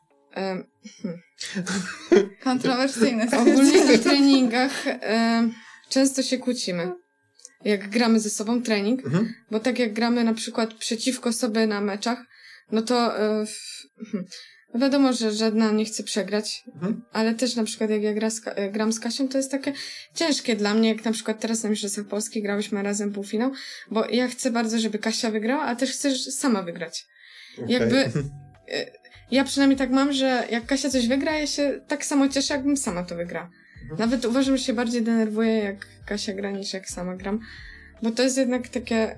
Kontrowersyjne. Ogólnie na treningach często się kłócimy. Jak gramy ze sobą trening, bo tak jak gramy na przykład przeciwko sobie na meczach, no to wiadomo, że żadna nie chce przegrać, ale też na przykład jak ja gram z Kasią, to jest takie ciężkie dla mnie, jak na przykład teraz na Mistrzostwach Polski grałyśmy razem półfinał, bo ja chcę bardzo, żeby Kasia wygrała, a też chcę sama wygrać. Jakby ja przynajmniej tak mam, że jak Kasia coś wygra, ja się tak samo cieszę, jakbym sama to wygrała. Nawet uważam, że się bardziej denerwuję, jak Kasia gra, niż jak sama gram. Bo to jest jednak takie...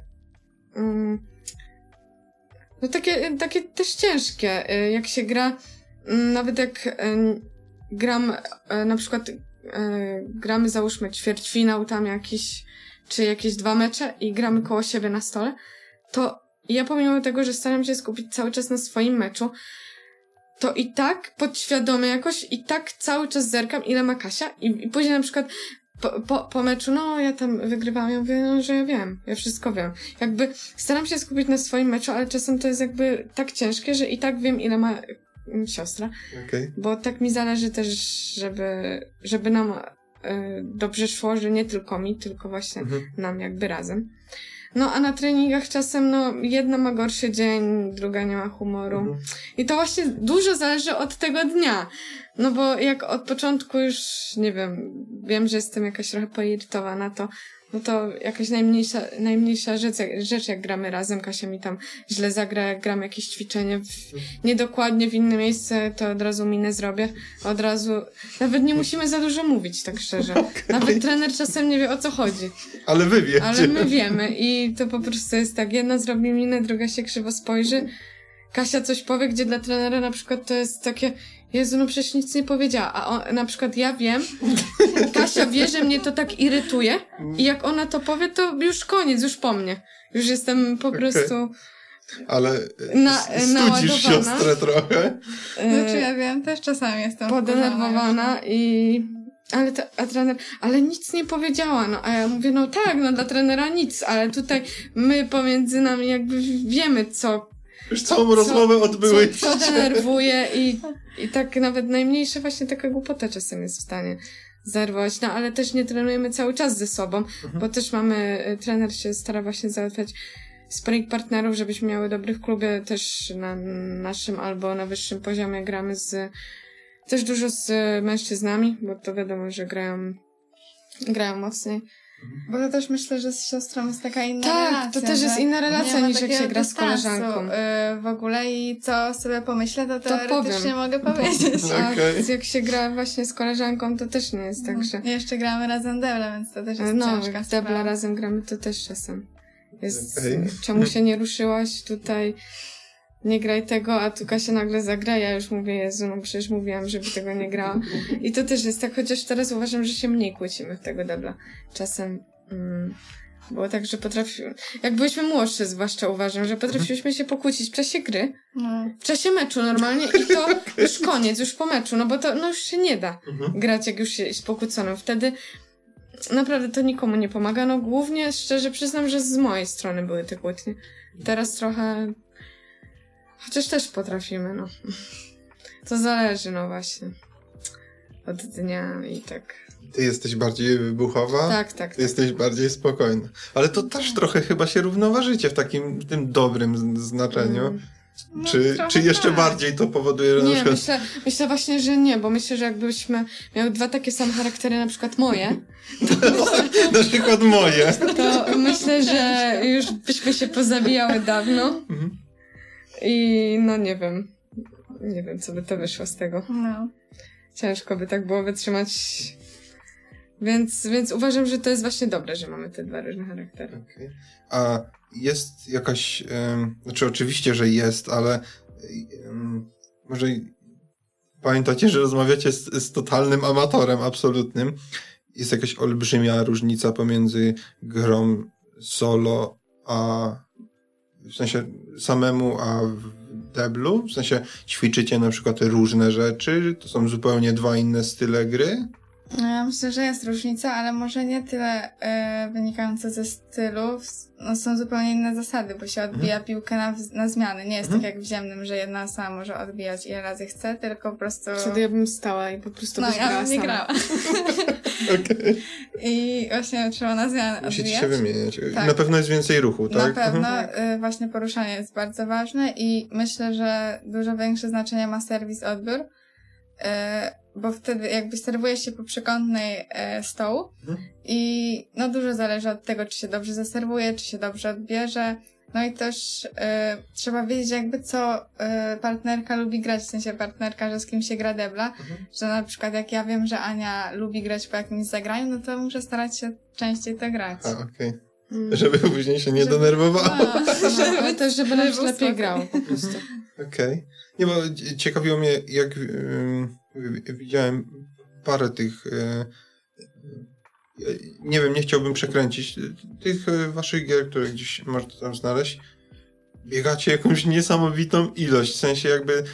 no takie też ciężkie. Jak się gra... nawet jak gram... na przykład gramy, załóżmy, ćwierćfinał tam jakiś... czy jakieś 2 mecze i gramy koło siebie na stole, to ja pomimo tego, że staram się skupić cały czas na swoim meczu, to i tak podświadomie jakoś i tak cały czas zerkam, ile ma Kasia i później na przykład po meczu, no ja tam wygrywam, ja mówię, no, że ja wiem, ja wszystko wiem. Jakby staram się skupić na swoim meczu, ale czasem to jest jakby tak ciężkie, że i tak wiem, ile ma siostra. Bo tak mi zależy też, żeby nam dobrze szło, że nie tylko mi, tylko właśnie nam jakby razem. No, a na treningach czasem, jedna ma gorszy dzień, druga nie ma humoru. I to właśnie dużo zależy od tego dnia. No bo jak od początku już, nie wiem, że jestem jakaś trochę poirytowana, to jakaś najmniejsza rzecz, jak gramy razem, Kasia mi tam źle zagra, jak gram jakieś ćwiczenie niedokładnie w inne miejsce, to od razu minę zrobię. Od razu, nawet nie musimy za dużo mówić, tak szczerze. Nawet trener czasem nie wie, o co chodzi. Ale wy wiecie. Ale my wiemy i to po prostu jest tak, jedna zrobi minę, druga się krzywo spojrzy, Kasia coś powie, gdzie dla trenera na przykład to jest takie, Jezu, no przecież nic nie powiedziała, a na przykład ja wiem, Kasia wie, że mnie to tak irytuje i jak ona to powie, to już koniec, już po mnie. Już jestem po prostu ale studzisz siostrę trochę? Znaczy ja wiem, też czasami jestem podenerwowana a trener, ale nic nie powiedziała, a ja mówię, dla trenera nic, ale tutaj my pomiędzy nami jakby wiemy, już całą rozmowę odbyłeś. Co denerwuje i tak nawet najmniejsza właśnie taka głupota czasem jest w stanie zerwać, ale też nie trenujemy cały czas ze sobą, bo też trener się stara właśnie załatwiać sparring partnerów, żebyśmy miały dobrych w klubie, też na naszym albo na wyższym poziomie gramy też dużo z mężczyznami, bo to wiadomo, że grają mocniej. Bo to też myślę, że z siostrą jest taka inna relacja. Tak, to też jest inna relacja niż jak się gra z koleżanką. W ogóle i co sobie pomyślę, to teoretycznie mogę powiedzieć. A jak się gra właśnie z koleżanką, to też nie jest tak, że... Jeszcze gramy razem deble, więc to też jest ciężka sprawa. Deble razem gramy, to też czasem jest... Czemu się nie ruszyłaś tutaj? Nie graj tego, a tu Kasia nagle zagra, ja już mówię, Jezu, przecież mówiłam, żeby tego nie grała. I to też jest tak, chociaż teraz uważam, że się mniej kłócimy w tego debla. Czasem było tak, że jak byliśmy młodsze zwłaszcza uważam, że potrafiłyśmy się pokłócić w czasie gry, w czasie meczu normalnie i to już koniec, już po meczu, bo to już się nie da grać, jak już się jest pokłóconą. Wtedy naprawdę to nikomu nie pomaga. Głównie, szczerze przyznam, że z mojej strony były te kłótnie. Teraz trochę... Chociaż też potrafimy, no. To zależy, no właśnie. Od dnia i tak. Ty jesteś bardziej wybuchowa? Tak. Ty jesteś bardziej spokojna. Ale to też trochę chyba się równoważycie w takim tym dobrym znaczeniu. No, Czy jeszcze bardziej to powoduje, że na Nie, przykład... myślę właśnie, że nie, bo myślę, że jakbyśmy miały dwa takie same charaktery, na przykład moje, Na przykład moje. to myślę, że już byśmy się pozabijały dawno. I no nie wiem, co by to wyszło z tego. No. Ciężko by tak było wytrzymać. Więc uważam, że to jest właśnie dobre, że mamy te dwa różne charaktery. Okay. A jest jakaś... znaczy oczywiście, że jest, ale może pamiętacie, że rozmawiacie z totalnym amatorem absolutnym. Jest jakaś olbrzymia różnica pomiędzy grą solo a... w sensie samemu, a w deblu? W sensie ćwiczycie na przykład różne rzeczy? To są zupełnie dwa inne style gry? No, ja myślę, że jest różnica, ale może nie tyle wynikająca ze stylów. No, są zupełnie inne zasady, bo się odbija piłkę na zmiany. Nie jest tak jak w ziemnym, że jedna osoba może odbijać ile razy chce, tylko po prostu... Wtedy ja bym stała i po prostu byś grała ja bym nie sama. grała. Okay. I właśnie trzeba na zmiany odbijać. Musicie się wymieniać. Tak. Na pewno jest więcej ruchu, tak? Na pewno. Właśnie poruszanie jest bardzo ważne i myślę, że dużo większe znaczenie ma serwis-odbiór, bo wtedy jakby serwuje się po przekątnej stołu i no dużo zależy od tego, czy się dobrze zaserwuje, czy się dobrze odbierze. No i też trzeba wiedzieć jakby co partnerka lubi grać, w sensie partnerka, że z kim się gra debla, że na przykład jak ja wiem, że Ania lubi grać po jakimś zagraniu, no to muszę starać się częściej to grać. Okej. Żeby później się nie denerwowała. Ale też, żeby nam się lepiej grało po prostu. Okej. Nie, bo ciekawiło mnie, jak widziałem parę tych nie wiem, nie chciałbym przekręcić tych waszych gier, które gdzieś można tam znaleźć. Biegacie jakąś niesamowitą ilość, w sensie jakby...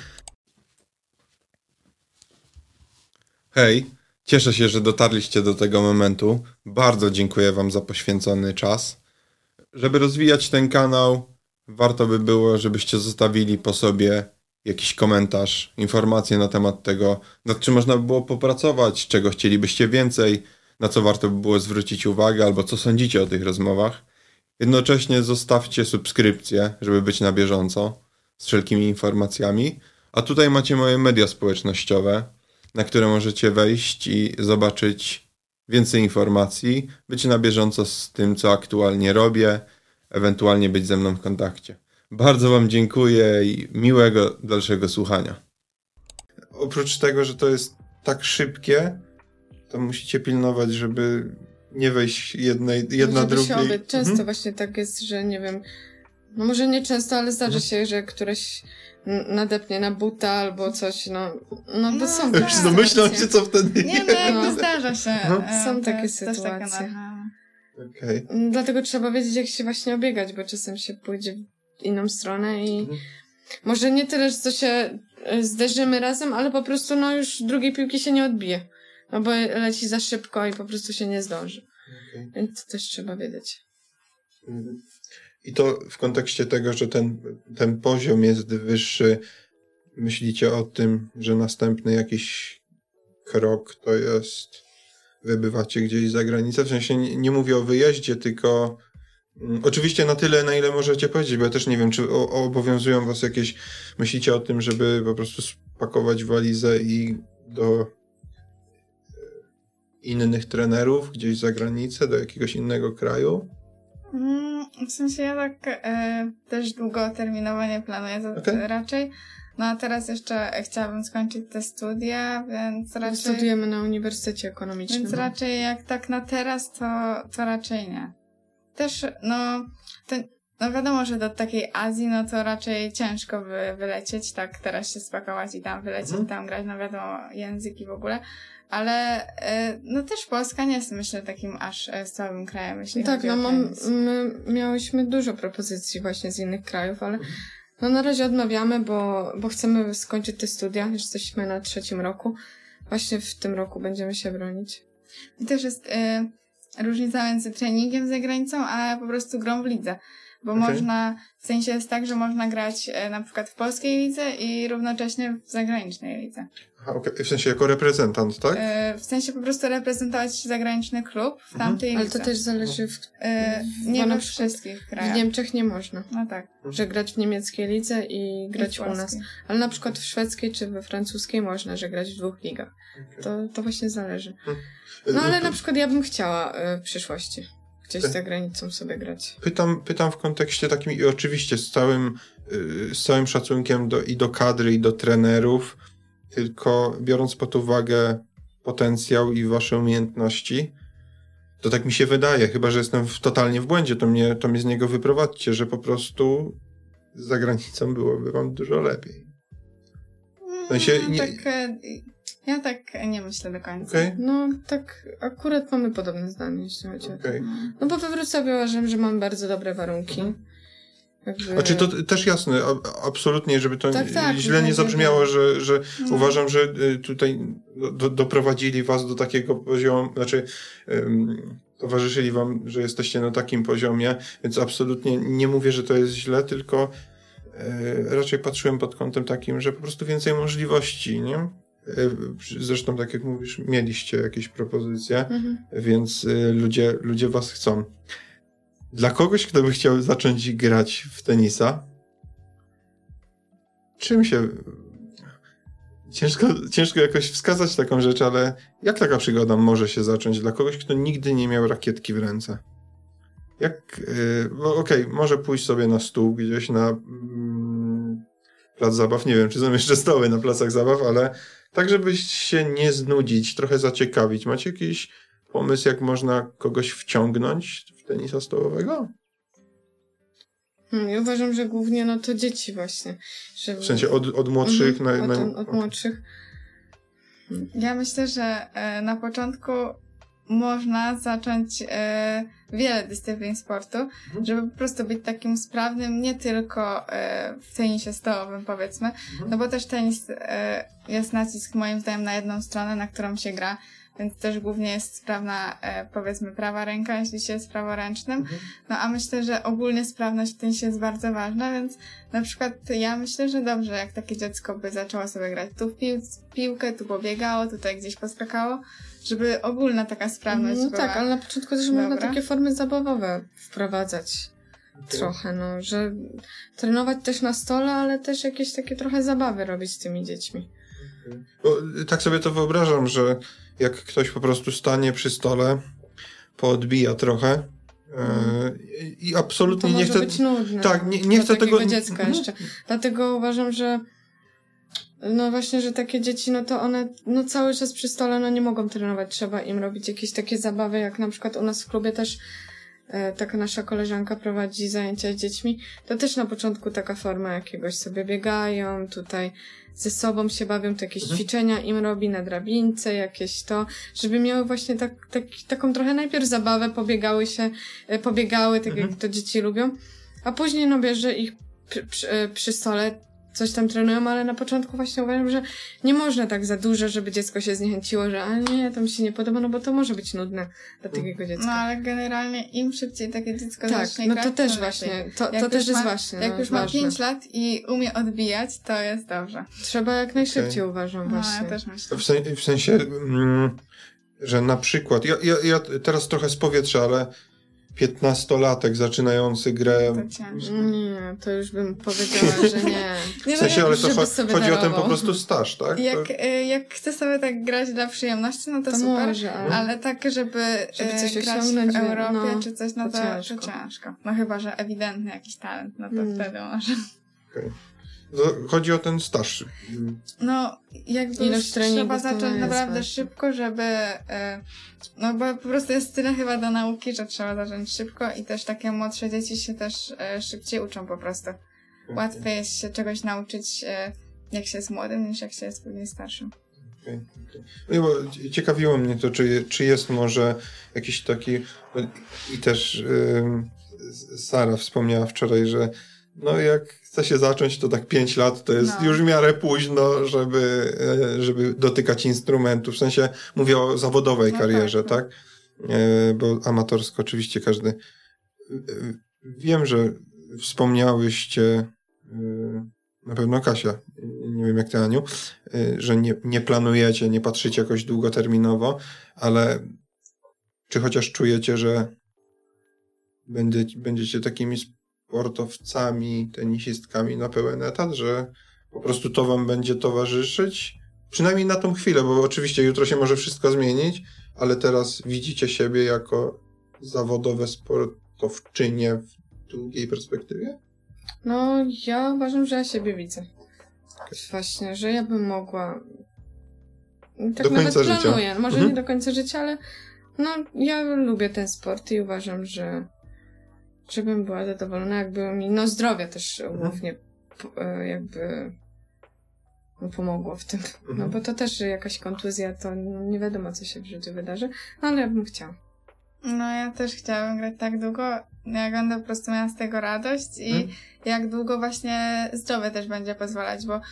Hej, cieszę się, że dotarliście do tego momentu. Bardzo dziękuję wam za poświęcony czas. Żeby rozwijać ten kanał, warto by było, żebyście zostawili po sobie jakiś komentarz, informacje na temat tego, nad czym można by było popracować, czego chcielibyście więcej, na co warto by było zwrócić uwagę, albo co sądzicie o tych rozmowach. Jednocześnie zostawcie subskrypcję, żeby być na bieżąco z wszelkimi informacjami. A tutaj macie moje media społecznościowe, na które możecie wejść i zobaczyć więcej informacji, być na bieżąco z tym, co aktualnie robię, ewentualnie być ze mną w kontakcie. Bardzo wam dziękuję i miłego dalszego słuchania. Oprócz tego, że to jest tak szybkie, to musicie pilnować, żeby nie wejść jedna drugiej. Często właśnie tak jest, że nie wiem, no może nie często, ale zdarza się, że któreś nadepnie na buta albo coś, no bo są takie sytuacje. Domyślam się, co wtedy Nie, no jakby zdarza się. Są takie sytuacje. Okay. Dlatego trzeba wiedzieć, jak się właśnie obiegać, bo czasem się pójdzie w inną stronę i może nie tyle, że co się zderzymy razem, ale po prostu już drugiej piłki się nie odbije. No bo leci za szybko i po prostu się nie zdąży. Okay. Więc to też trzeba wiedzieć. I to w kontekście tego, że ten poziom jest wyższy, myślicie o tym, że następny jakiś krok to jest wybywacie gdzieś za granicę? W sensie nie mówię o wyjeździe, tylko oczywiście na tyle, na ile możecie powiedzieć, bo ja też nie wiem, czy obowiązują was jakieś... Myślicie o tym, żeby po prostu spakować walizę i do innych trenerów gdzieś za granicę, do jakiegoś innego kraju? W sensie ja tak też długoterminowo nie planuję raczej. No a teraz jeszcze chciałabym skończyć te studia, więc raczej... Studiujemy na Uniwersytecie Ekonomicznym. Więc raczej jak tak na teraz, to raczej nie. Też, no wiadomo, że do takiej Azji, no to raczej ciężko wylecieć, tak teraz się spakować i tam wylecieć, tam grać, no wiadomo, języki w ogóle. Ale no też Polska nie jest, myślę, takim aż słabym krajem, jeśli chodzi o tenis. My miałyśmy dużo propozycji właśnie z innych krajów, ale no na razie odmawiamy, bo chcemy skończyć te studia. Już jesteśmy na 3. roku. Właśnie w tym roku będziemy się bronić. I też jest różnica między treningiem za granicą, a po prostu grą w lidze. Bo można, w sensie jest tak, że można grać na przykład w polskiej lidze i równocześnie w zagranicznej lidze. Aha, okay. W sensie jako reprezentant, tak? W sensie po prostu reprezentować zagraniczny klub w tamtej lidze. Ale to też zależy nie na we przykład wszystkich w krajach. Niemczech nie można. No tak. Że grać w niemieckiej lidze i grać w u nas. polskiej. Ale na przykład w szwedzkiej czy we francuskiej można, że grać w 2 ligach. To właśnie zależy. No ale na przykład ja bym chciała w przyszłości gdzieś za granicą sobie grać. Pytam w kontekście takim i oczywiście z całym szacunkiem do kadry i do trenerów, tylko biorąc pod uwagę potencjał i wasze umiejętności, to tak mi się wydaje, chyba że jestem totalnie w błędzie, to mnie z niego wyprowadźcie, że po prostu za granicą byłoby wam dużo lepiej. W sensie Ja tak nie myślę do końca. Okay. No tak akurat mamy podobne zdanie, jeśli chodzi o to. Okay. No bo we Wrocławiu uważam, że mam bardzo dobre warunki. Znaczy to też jasne, absolutnie, żeby to źle nie zabrzmiało, że uważam, że tutaj doprowadzili was do takiego poziomu, znaczy towarzyszyli wam, że jesteście na takim poziomie, więc absolutnie nie mówię, że to jest źle, tylko raczej patrzyłem pod kątem takim, że po prostu więcej możliwości, nie? Zresztą tak jak mówisz, mieliście jakieś propozycje, więc ludzie was chcą. Dla kogoś, kto by chciał zacząć grać w tenisa, czym się... Ciężko jakoś wskazać taką rzecz, ale jak taka przygoda może się zacząć dla kogoś, kto nigdy nie miał rakietki w ręce? Okej, może pójść sobie na stół gdzieś na plac zabaw. Nie wiem, czy są jeszcze stoły na placach zabaw, ale tak, żeby się nie znudzić, trochę zaciekawić. Macie jakiś pomysł, jak można kogoś wciągnąć w tenisa stołowego? Ja uważam, że głównie to dzieci właśnie. W sensie od młodszych od młodszych. Ja myślę, że na początku można zacząć wiele dyscyplin sportu, żeby po prostu być takim sprawnym nie tylko w tenisie stołowym, powiedzmy, no bo też tenis jest nacisk moim zdaniem na jedną stronę, na którą się gra, więc też głównie jest sprawna, powiedzmy, prawa ręka, jeśli się jest praworęcznym. No a myślę, że ogólnie sprawność w tenisie jest bardzo ważna, więc na przykład ja myślę, że dobrze, jak takie dziecko by zaczęło sobie grać tu w piłkę, tu pobiegało, tutaj gdzieś poskakało, żeby ogólna taka sprawność była. Tak, ale na początku też można takie formy zabawowe wprowadzać. Trochę, że trenować też na stole, ale też jakieś takie trochę zabawy robić z tymi dziećmi. Bo tak sobie to wyobrażam, że jak ktoś po prostu stanie przy stole, poodbija trochę i absolutnie to nie może chce... być nudne. Tak, nie chce tego... dziecka jeszcze. Dlatego uważam, że właśnie, że takie dzieci, to one cały czas przy stole nie mogą trenować. Trzeba im robić jakieś takie zabawy, jak na przykład u nas w klubie też taka nasza koleżanka prowadzi zajęcia z dziećmi. To też na początku taka forma jakiegoś sobie biegają, tutaj ze sobą się bawią, to jakieś ćwiczenia im robi na drabince, jakieś żeby miały właśnie taką trochę najpierw zabawę, pobiegały, tak jak to dzieci lubią, a później bierze ich przy stole, coś tam trenują, ale na początku właśnie uważam, że nie można tak za dużo, żeby dziecko się zniechęciło, że to mi się nie podoba, bo to może być nudne dla takiego dziecka. No ale generalnie im szybciej takie dziecko zacznie grać, to też właśnie, to też jest właśnie jak już ma 5 lat i umie odbijać, to jest dobrze. Trzeba jak najszybciej, uważam właśnie. Ja też myślę. W sensie, że na przykład, ja teraz trochę z powietrza, ale 15-latek zaczynający grę... To ciężko. Nie, to już bym powiedziała, że nie. W sensie, ale to chodzi o ten po prostu staż, tak? Jak chce sobie tak grać dla przyjemności, to super, może, ale tak, żeby coś grać osiągnąć w Europie czy coś, to ciężko. No chyba, że ewidentny jakiś talent, to wtedy może. Okay. Chodzi o ten staż. No, jakby już trzeba zacząć naprawdę szybko, żeby... bo po prostu jest tyle chyba do nauki, że trzeba zacząć szybko i też takie młodsze dzieci się też szybciej uczą po prostu. Łatwiej jest się czegoś nauczyć, jak się jest młodym, niż jak się jest później starszym. Okay. No, bo ciekawiło mnie to, czy jest może jakiś taki... I też Sara wspomniała wczoraj, że jak chce się zacząć, to tak 5 lat to jest już w miarę późno, żeby dotykać instrumentów. W sensie mówię o zawodowej karierze, tak? Bo amatorsko oczywiście każdy... Wiem, że wspomniałyście, na pewno Kasia, nie wiem jak ty, Aniu, że nie planujecie, nie patrzycie jakoś długoterminowo, ale czy chociaż czujecie, że będziecie takimi sportowcami, tenisistkami na pełen etat, że po prostu to wam będzie towarzyszyć? Przynajmniej na tą chwilę, bo oczywiście jutro się może wszystko zmienić, ale teraz widzicie siebie jako zawodowe sportowczynie w długiej perspektywie? No, ja uważam, że ja siebie widzę. Właśnie, że ja bym mogła... Tak do nawet końca planuję. życia. Może nie do końca życia, ale no, ja lubię ten sport i uważam, że bym była zadowolona, jakby mi zdrowie też głównie jakby pomogło w tym. No bo to też jakaś kontuzja, to nie wiadomo, co się w życiu wydarzy, ale ja bym chciała. No ja też chciałabym grać tak długo, jak będę po prostu miała z tego radość i jak długo właśnie zdrowie też będzie pozwalać, bo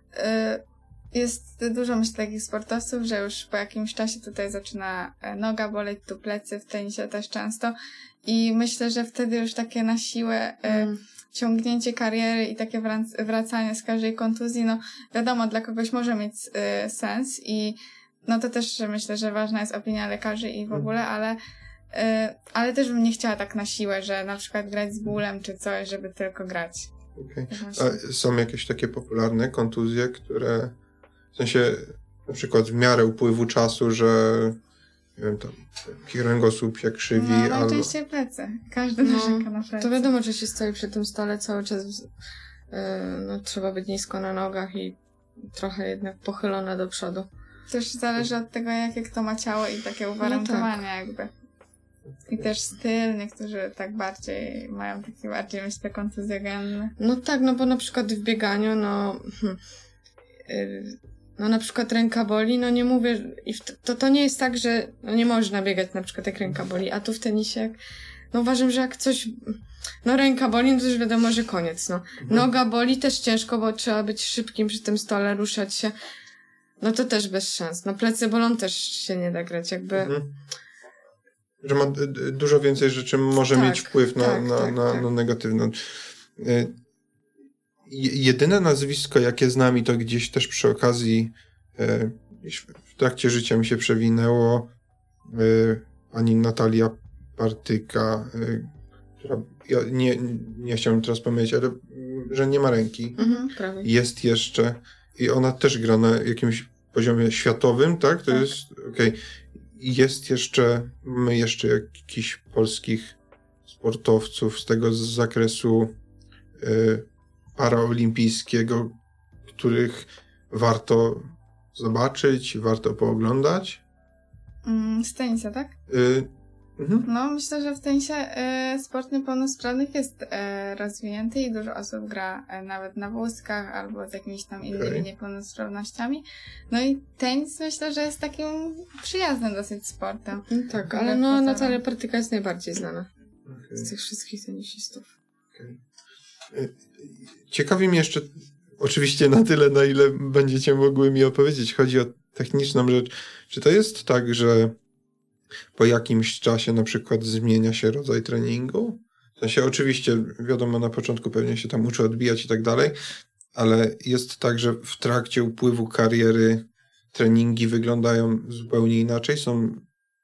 jest dużo, myślę, takich sportowców, że już po jakimś czasie tutaj zaczyna noga boleć, tu plecy, w tenisie też często i myślę, że wtedy już takie na siłę ciągnięcie kariery i takie wracanie z każdej kontuzji, no wiadomo, dla kogoś może mieć sens i no to też myślę, że ważna jest opinia lekarzy i w ogóle, ale też bym nie chciała tak na siłę, że na przykład grać z bólem czy coś, żeby tylko grać. Okay. A są jakieś takie popularne kontuzje, które w sensie na przykład w miarę upływu czasu, że nie wiem, tam kręgosłup się krzywi, no, najczęściej plecy. Każdy narzeka na plecy. To wiadomo, że się stoi przy tym stole cały czas trzeba być nisko na nogach i trochę jednak pochylone do przodu. Też zależy od tego, jakie kto ma ciało i takie uwarunkowanie jakby. I też styl, niektórzy tak bardziej mają takie bardziej, myślę, kontuzje genne. No tak, no bo na przykład w bieganiu, no na przykład ręka boli, no nie mówię, i to nie jest tak, że nie można biegać na przykład jak ręka boli, a tu w tenisie, no uważam, że jak coś, ręka boli, no to już wiadomo, że koniec, Noga boli też ciężko, bo trzeba być szybkim przy tym stole, ruszać się, no to też bez szans. Plecy bolą też się nie da grać, jakby... Że ma dużo więcej rzeczy może mieć wpływ na negatywne. Jedyne nazwisko, jakie znam i to gdzieś też przy okazji w trakcie życia mi się przewinęło, pani Natalia Partyka, która nie chciałem teraz pomylić, ale że nie ma ręki. Jest jeszcze i ona też gra na jakimś poziomie światowym, tak? To jest okej. Mamy jeszcze jakichś polskich sportowców z tego zakresu paraolimpijskiego, których warto zobaczyć, warto pooglądać? Z tenisa, tak? No, myślę, że w tenisie sport niepełnosprawnych jest rozwinięty i dużo osób gra nawet na wózkach albo z jakimiś tam innymi niepełnosprawnościami. No i tenis myślę, że jest takim przyjaznym dosyć sportem. Tak, ale Natalia Partyka jest najbardziej znana z tych wszystkich tenisistów. Ciekawi mnie jeszcze, oczywiście na tyle, na ile będziecie mogły mi opowiedzieć, chodzi o techniczną rzecz. Czy to jest tak, że po jakimś czasie na przykład zmienia się rodzaj treningu? W sensie oczywiście, wiadomo, na początku pewnie się tam uczy odbijać i tak dalej, ale jest tak, że w trakcie upływu kariery treningi wyglądają zupełnie inaczej, są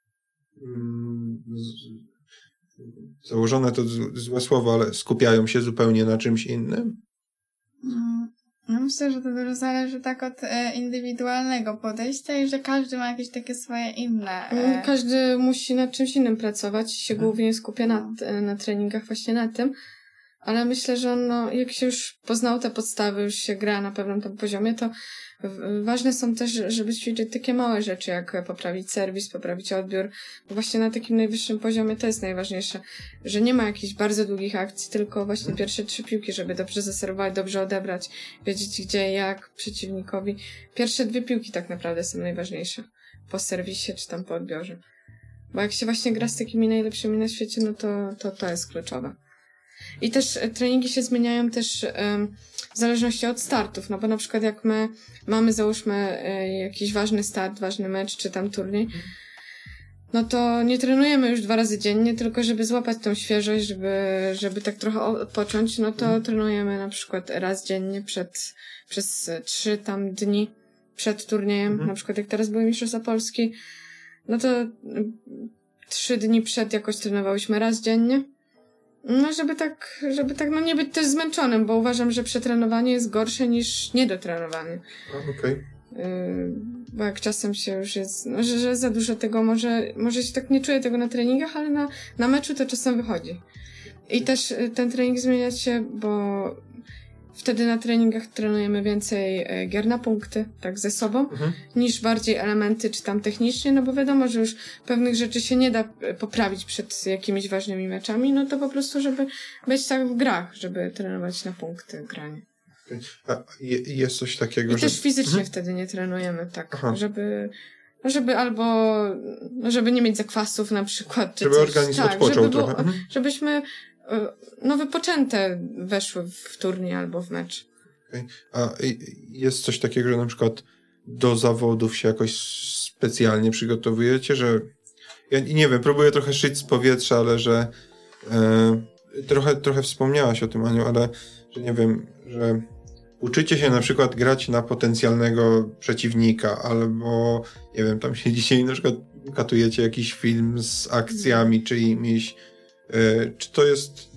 założone to złe słowo, ale skupiają się zupełnie na czymś innym? Ja myślę, że to dużo zależy tak od indywidualnego podejścia i że każdy ma jakieś takie swoje inne... Każdy musi nad czymś innym pracować, się głównie skupia na treningach właśnie na tym, ale myślę, że jak się już poznał te podstawy, już się gra na pewnym tam poziomie, to ważne są też, żeby ćwiczyć takie małe rzeczy, jak poprawić serwis, poprawić odbiór. Bo właśnie na takim najwyższym poziomie to jest najważniejsze, że nie ma jakichś bardzo długich akcji, tylko właśnie pierwsze 3 piłki, żeby dobrze zaserwować, dobrze odebrać, wiedzieć gdzie, jak przeciwnikowi. Pierwsze 2 piłki tak naprawdę są najważniejsze. Po serwisie czy tam po odbiorze. Bo jak się właśnie gra z takimi najlepszymi na świecie, no to jest kluczowe. I też treningi się zmieniają też w zależności od startów, no bo na przykład jak my mamy, załóżmy, jakiś ważny start, ważny mecz, czy tam turniej, no to nie trenujemy już 2 razy dziennie, tylko żeby złapać tą świeżość, żeby tak trochę odpocząć, no to trenujemy na przykład raz dziennie przez 3 tam dni przed turniejem, na przykład jak teraz były Mistrzostwa Polski, no to 3 dni przed jakoś trenowałyśmy raz dziennie. No, żeby tak no nie być też zmęczonym, bo uważam, że przetrenowanie jest gorsze niż niedotrenowanie. Okej. Bo jak czasem się już jest, no, że za dużo tego może się tak nie czuję tego na treningach, ale na meczu to czasem wychodzi. I też ten trening zmienia się, bo wtedy na treningach trenujemy więcej gier na punkty, tak ze sobą, niż bardziej elementy czy tam technicznie, no bo wiadomo, że już pewnych rzeczy się nie da poprawić przed jakimiś ważnymi meczami, no to po prostu, żeby być tak w grach, żeby trenować na punkty granie. A jest coś takiego, I też fizycznie wtedy nie trenujemy tak, żeby nie mieć zakwasów na przykład, czy żeby coś. organizm odpoczął trochę. Żebyśmy wypoczęte weszły w turniej albo w mecz. Okay. A jest coś takiego, że na przykład do zawodów się jakoś specjalnie przygotowujecie, że ja nie wiem, próbuję trochę szyć z powietrza, ale że trochę wspomniałaś o tym, Aniu, ale że nie wiem, że uczycie się na przykład grać na potencjalnego przeciwnika, albo nie wiem, tam się dzisiaj na przykład katujecie jakiś film z akcjami czyimiś. Czy to jest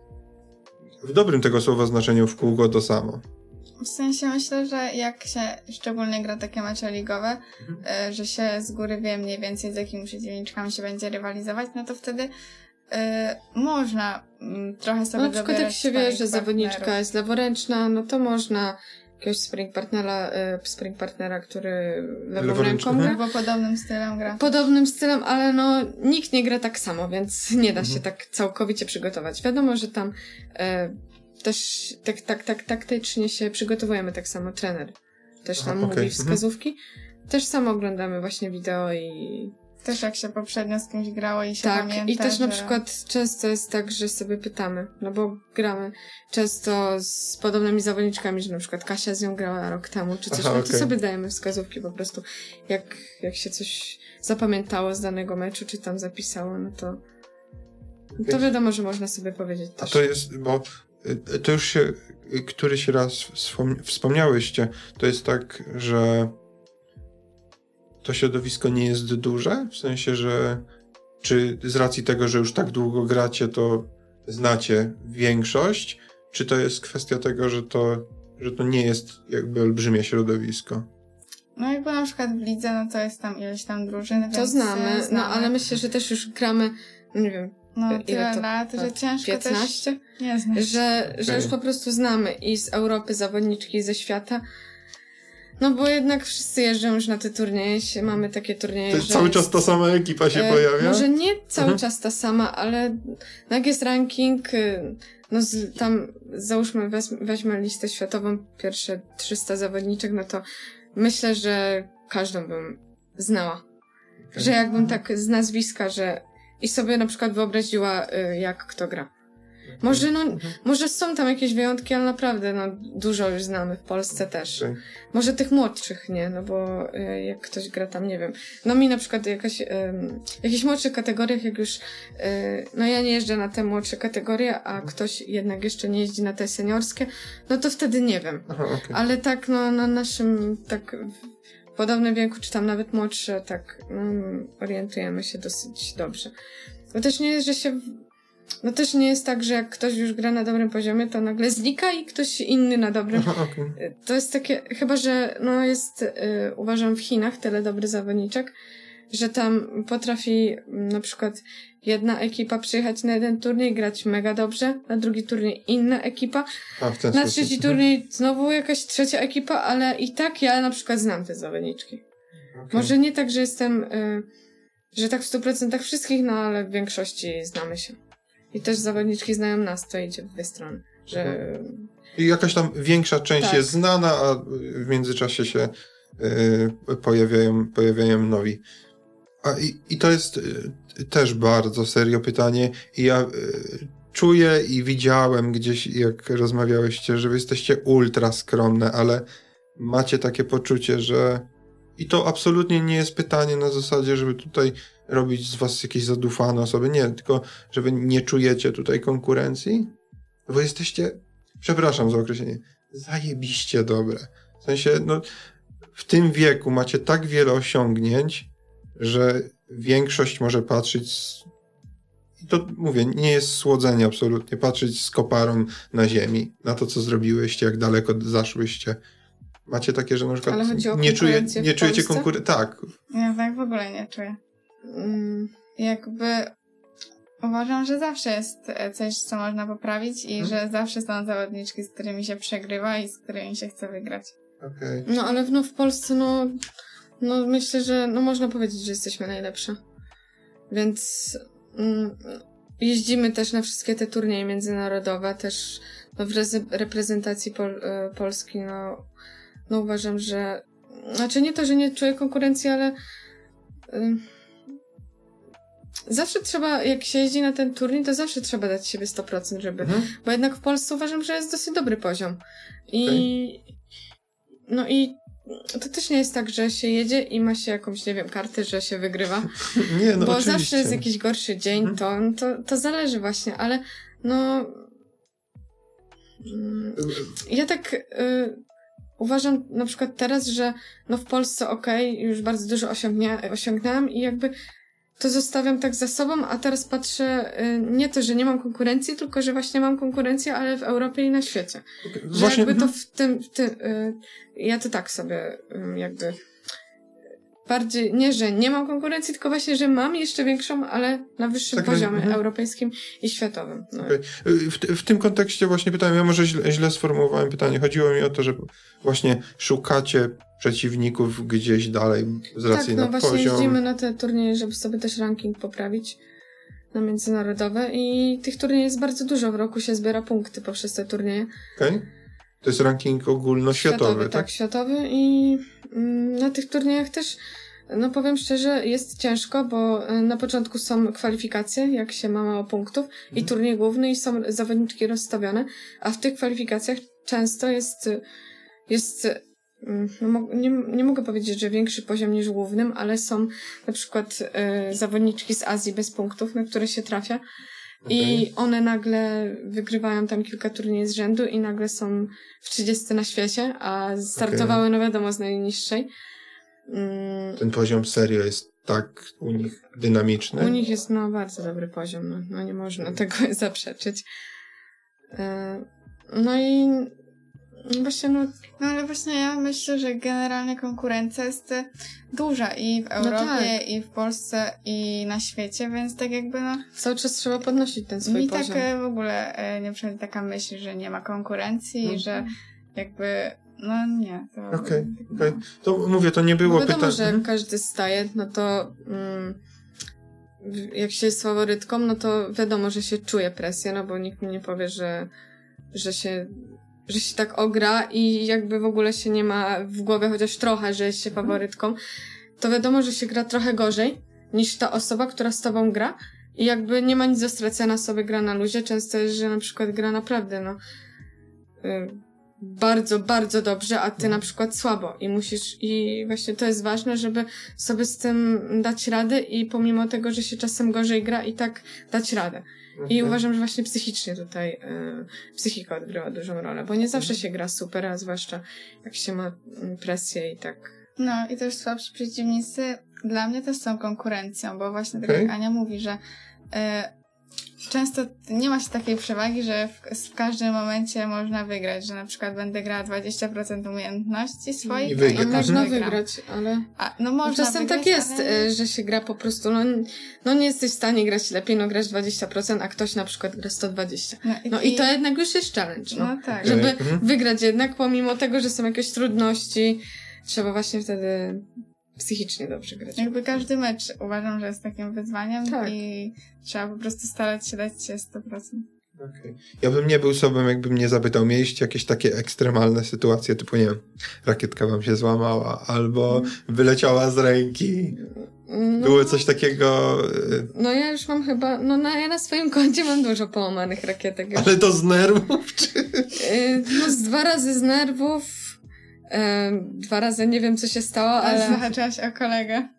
w dobrym tego słowa znaczeniu w kółko to samo? W sensie myślę, że jak się szczególnie gra takie mecze ligowe, że się z góry wie mniej więcej z jakimi przeciwniczkami się będzie rywalizować, no to wtedy można trochę sobie na przykład jak się wie, że zawodniczka jest leworęczna, no to można jakiegoś sparring partnera, który lewą ręką gra. Bo podobnym stylem gra. Podobnym stylem, ale no nikt nie gra tak samo, więc nie da się tak całkowicie przygotować. Wiadomo, że tam też tak taktycznie się przygotowujemy, tak samo trener też nam mówi wskazówki. Też sam oglądamy właśnie wideo i też jak się poprzednio z kimś grało i się pamięta. Tak, i też na przykład często jest tak, że sobie pytamy, no bo gramy często z podobnymi zawodniczkami, że na przykład Kasia z nią grała rok temu, czy coś, to sobie dajemy wskazówki po prostu, jak się coś zapamiętało z danego meczu, czy tam zapisało, no to wiadomo, że można sobie powiedzieć też. A to jest, bo to już się któryś raz wspomniałyście, to jest tak, że to środowisko nie jest duże? W sensie, że czy z racji tego, że już tak długo gracie, to znacie większość? Czy to jest kwestia tego, że to nie jest jakby olbrzymie środowisko? No jakby na przykład w lidze, no to jest tam ileś tam drużyn, to znamy, no ale myślę, że też już gramy, nie wiem, no tyle lat, że ciężko 15? Też nie znać. Że już po prostu znamy i z Europy zawodniczki, i ze świata. No bo jednak wszyscy jeżdżą już na te turnieje, mamy takie turnieje, to cały czas ta sama ekipa się pojawia? Może nie cały czas ta sama, ale jak jest ranking, no tam załóżmy weźmy listę światową, pierwsze 300 zawodniczek, no to myślę, że każdą bym znała. Że jakbym tak z nazwiska, i sobie na przykład wyobraziła, jak kto gra. Może są tam jakieś wyjątki, ale naprawdę, dużo już znamy w Polsce też. Może tych młodszych nie, no bo jak ktoś gra tam, nie wiem. No mi na przykład jakichś młodszych kategoriach, jak już, ja nie jeżdżę na te młodsze kategorie, a ktoś jednak jeszcze nie jeździ na te seniorskie, no to wtedy nie wiem. Ale tak, na naszym, tak w podobnym wieku, czy tam nawet młodsze, tak, orientujemy się dosyć dobrze. Bo też nie jest, że się... No też nie jest tak, że jak ktoś już gra na dobrym poziomie, to nagle znika i ktoś inny na dobrym. To jest takie, chyba że jest, uważam, w Chinach tyle dobry zawodniczek, że tam potrafi na przykład jedna ekipa przyjechać na jeden turniej, grać mega dobrze, na drugi turniej inna ekipa, na trzeci turniej znowu jakaś trzecia ekipa, ale i tak ja na przykład znam te zawodniczki. Może nie tak, że jestem, że tak w 100% wszystkich, no ale w większości znamy się. I też zawodniczki znają nas, to idzie w dwie strony. I jakaś tam większa część jest znana, a w międzyczasie się pojawiają nowi. I to jest też bardzo serio pytanie. I ja czuję i widziałem gdzieś, jak rozmawiałyście, że wy jesteście ultra skromne, ale macie takie poczucie, że... I to absolutnie nie jest pytanie na zasadzie, żeby tutaj robić z was jakieś zadufane osoby. Nie, tylko że wy nie czujecie tutaj konkurencji, bo jesteście, przepraszam za określenie, zajebiście dobre. W sensie, no, w tym wieku macie tak wiele osiągnięć, że większość może patrzeć i to mówię, nie jest słodzenie absolutnie, patrzeć z koparą na ziemi, na to, co zrobiłyście, jak daleko zaszłyście. Macie takie, że na przykład nie czujecie konkurencji. Tak. Ja tak w ogóle nie czuję. Jakby uważam, że zawsze jest coś, co można poprawić i że zawsze są zawodniczki, z którymi się przegrywa i z którymi się chce wygrać. Okay. No ale w Polsce no myślę, że można powiedzieć, że jesteśmy najlepsze. Więc jeździmy też na wszystkie te turnieje międzynarodowe, też w reprezentacji Polski, no uważam, że znaczy nie to, że nie czuję konkurencji, ale zawsze trzeba, jak się jeździ na ten turniej, to zawsze trzeba dać siebie 100%, żeby, bo jednak w Polsce uważam, że jest dosyć dobry poziom. I to też nie jest tak, że się jedzie i ma się jakąś, nie wiem, kartę, że się wygrywa. Nie, no bo oczywiście. Zawsze jest jakiś gorszy dzień, to zależy właśnie, ale ja tak uważam na przykład teraz, że w Polsce już bardzo dużo osiągnęłam i jakby to zostawiam tak za sobą, a teraz patrzę nie to, że nie mam konkurencji, tylko że właśnie mam konkurencję, ale w Europie i na świecie. Że właśnie, jakby to w tym ja to tak sobie jakby bardziej, nie, że nie mam konkurencji, tylko właśnie, że mam jeszcze większą, ale na wyższym poziomie europejskim i światowym. Okay. W tym kontekście właśnie pytałem, ja może źle sformułowałem pytanie. Chodziło mi o to, że właśnie szukacie przeciwników gdzieś dalej z racji na poziom. Tak, właśnie jeździmy na te turnieje, żeby sobie też ranking poprawić na międzynarodowe i tych turniejów jest bardzo dużo. W roku się zbiera punkty poprzez te turnieje. Okej. To jest ranking ogólnoświatowy, tak? Światowy i na tych turniejach też, powiem szczerze, jest ciężko, bo na początku są kwalifikacje, jak się ma mało punktów i turniej główny i są zawodniczki rozstawione, a w tych kwalifikacjach często jest nie mogę powiedzieć, że większy poziom niż głównym, ale są na przykład zawodniczki z Azji bez punktów, na które się trafia. I one nagle wygrywają tam kilka turniejów z rzędu i nagle są w 30 na świecie, a startowały, wiadomo, z najniższej. Ten poziom serio jest tak u nich dynamiczny? U nich jest, bardzo dobry poziom. Nie można tego zaprzeczyć. I właśnie, ale właśnie ja myślę, że generalnie konkurencja jest duża i w Europie, i w Polsce, i na świecie, więc tak jakby cały czas trzeba podnosić ten swój poziom. Mi tak w ogóle nie przychodzi taka myśl, że nie ma konkurencji, że jakby nie. Okej. To mówię, to nie było pytanie. Wiadomo, że jak każdy staje, to jak się jest faworytką, to wiadomo, że się czuje presję, bo nikt mi nie powie, że się tak ogra i jakby w ogóle się nie ma w głowie chociaż trochę, że jest się faworytką, to wiadomo, że się gra trochę gorzej niż ta osoba, która z tobą gra i jakby nie ma nic do stracenia, sobie gra na luzie. Często jest, że na przykład gra naprawdę bardzo, bardzo dobrze, a ty na przykład słabo i właśnie to jest ważne, żeby sobie z tym dać radę i pomimo tego, że się czasem gorzej gra i tak dać radę. I uważam, że właśnie psychicznie tutaj psychika odgrywa dużą rolę, bo nie zawsze się gra super, a zwłaszcza jak się ma presję i tak. I też słabsi przeciwnicy dla mnie też są konkurencją, bo właśnie tak jak Ania mówi, że często nie ma się takiej przewagi, że w każdym momencie można wygrać, że na przykład będę grała 20% umiejętności swoich i można wygrać, ale można czasem wygrać, tak jest, że się gra po prostu, nie jesteś w stanie grać lepiej, grasz 20%, a ktoś na przykład gra 120. I to jednak już jest challenge, tak. Żeby wygrać jednak, pomimo tego, że są jakieś trudności, trzeba właśnie wtedy psychicznie dobrze grać. Jakby każdy mecz uważam, że jest takim wyzwaniem i trzeba po prostu starać się dać się 100%. Okay. Ja bym nie był sobą, jakbym nie zapytał. Mieliście jakieś takie ekstremalne sytuacje, typu nie wiem, rakietka wam się złamała, albo wyleciała z ręki. Było coś takiego... ja już mam chyba... ja na swoim koncie mam dużo połamanych rakietek. Już. Ale to z nerwów, czy... z 2 razy z nerwów. 2 razy nie wiem, co się stało, ale... Zahaczyłaś o kolegę.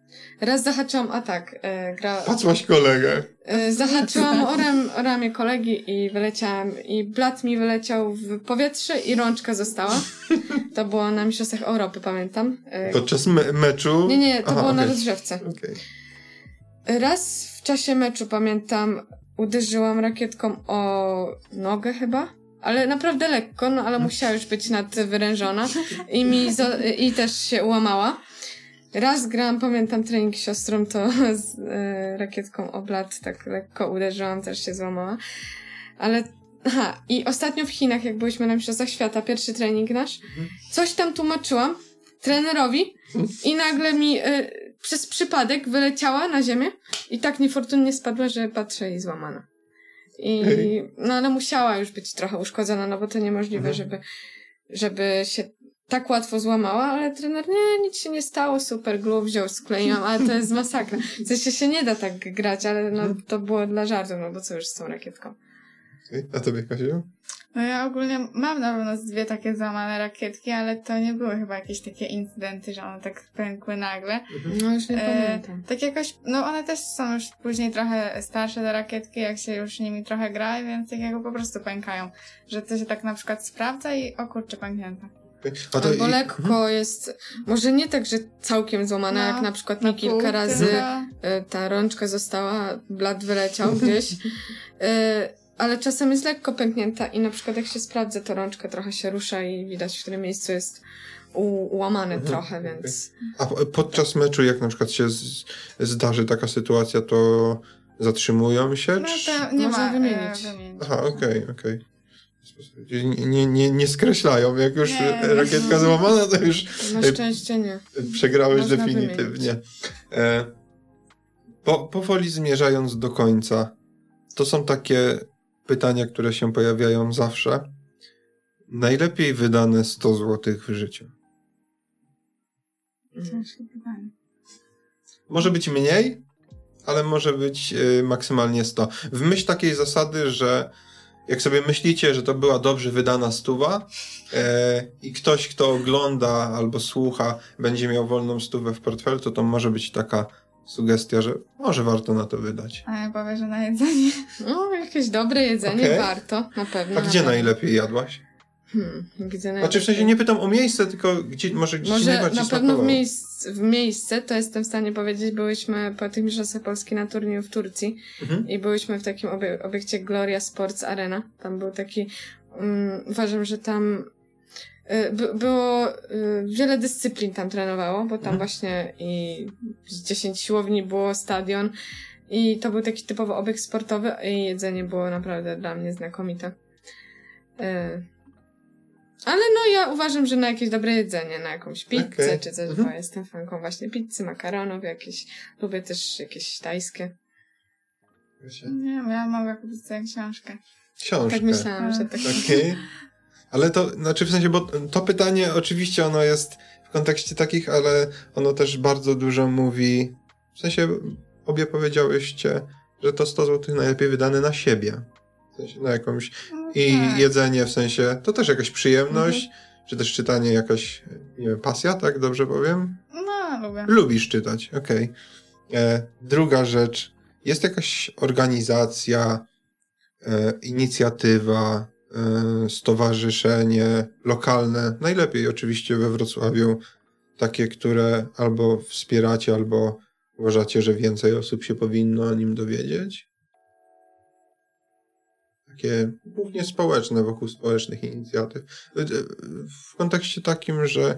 Raz zahaczyłam, Patrzyłaś kolegę. Zahaczyłam o ramię kolegi i wyleciałam, i blat mi wyleciał w powietrze i rączka została. To było na Mistrzostwach Europy, pamiętam. Podczas meczu? Nie, to było na rozgrzewce. Okay. Raz w czasie meczu, pamiętam, uderzyłam rakietką o nogę chyba, ale naprawdę lekko, no ale musiała już być nadwyrężona i też się ułamała. Raz grałam, pamiętam, trening z siostrą, to z rakietką o blat tak lekko uderzyłam, też się złamała. Ale, i ostatnio w Chinach, jak byliśmy na Mistrzostwach Świata, pierwszy trening nasz, coś tam tłumaczyłam trenerowi i nagle mi przez przypadek wyleciała na ziemię i tak niefortunnie spadła, że patrzę i złamana. No ale musiała już być trochę uszkodzona, no bo to niemożliwe, żeby się tak łatwo złamała, ale trener, nic się nie stało, super, glue wziął, skleiłam, ale to jest masakra. W sensie się nie da tak grać, ale no to było dla żartu, no bo co już z tą rakietką. A tobie, Kasiu? No ja ogólnie mam na pewno 2 takie złamane rakietki, ale to nie były chyba jakieś takie incydenty, że one tak pękły nagle. No już nie pamiętam. Tak jakoś, no one też są już później trochę starsze te rakietki, jak się już nimi trochę gra, więc tak jakby po prostu pękają. Że to się tak na przykład sprawdza i o kurczę, pęknięte. Albo lekko jest, może nie tak, że całkiem złamana, jak na przykład mi kilka razy ta rączka została, blat wyleciał gdzieś, ale czasem jest lekko pęknięta i na przykład jak się sprawdza, to rączka trochę się rusza i widać, w którym miejscu jest ułamane trochę, więc... A podczas meczu, jak na przykład się zdarzy taka sytuacja, to zatrzymują się? No to nie można ma wymienić. Aha, okej. Nie skreślają. Jak już rakietka złamana, to już na szczęście nie. Przegrałeś można definitywnie. Powoli zmierzając do końca, to są takie pytania, które się pojawiają zawsze. Najlepiej wydane 100 zł w życiu. Może być mniej, ale może być maksymalnie 100. W myśl takiej zasady, że jak sobie myślicie, że to była dobrze wydana 100 i ktoś, kto ogląda albo słucha, będzie miał wolną 100 w portfelu, to może być taka sugestia, że może warto na to wydać. A ja powiem, że na jedzenie. No, jakieś dobre jedzenie warto, na pewno. A gdzie najlepiej jadłaś? Gdzie najlepiej? Znaczy w sensie nie pytam o miejsce, tylko gdzie najbardziej na pewno smakowało? w miejsce, to jestem w stanie powiedzieć, byliśmy po tych Mistrzostwach Polski na turnieju w Turcji i byliśmy w takim obiekcie Gloria Sports Arena. Tam był taki, uważam, że tam było wiele dyscyplin tam trenowało, bo tam właśnie i z 10 siłowni było stadion i to był taki typowy obiekt sportowy i jedzenie było naprawdę dla mnie znakomite. Ale no ja uważam, że na jakieś dobre jedzenie, na jakąś pizzę czy coś, bo jestem fanką właśnie pizzy, makaronów jakieś, lubię też jakieś tajskie. Nie, ja mogę kupić sobie książkę. Tak myślałam, że tak. Okay. Ale to, znaczy w sensie, bo to pytanie oczywiście ono jest w kontekście takich, ale ono też bardzo dużo mówi, w sensie obie powiedziałyście, że to 100 zł najlepiej wydane na siebie. W sensie na jakąś jedzenie, w sensie to też jakaś przyjemność, czy też czytanie jakaś, nie wiem, pasja, tak? Dobrze powiem? No, lubię. Lubisz czytać, okej. Druga rzecz, jest jakaś organizacja, inicjatywa, stowarzyszenie lokalne, najlepiej oczywiście we Wrocławiu, takie, które albo wspieracie, albo uważacie, że więcej osób się powinno o nim dowiedzieć? Takie głównie społeczne, wokół społecznych inicjatyw. W kontekście takim, że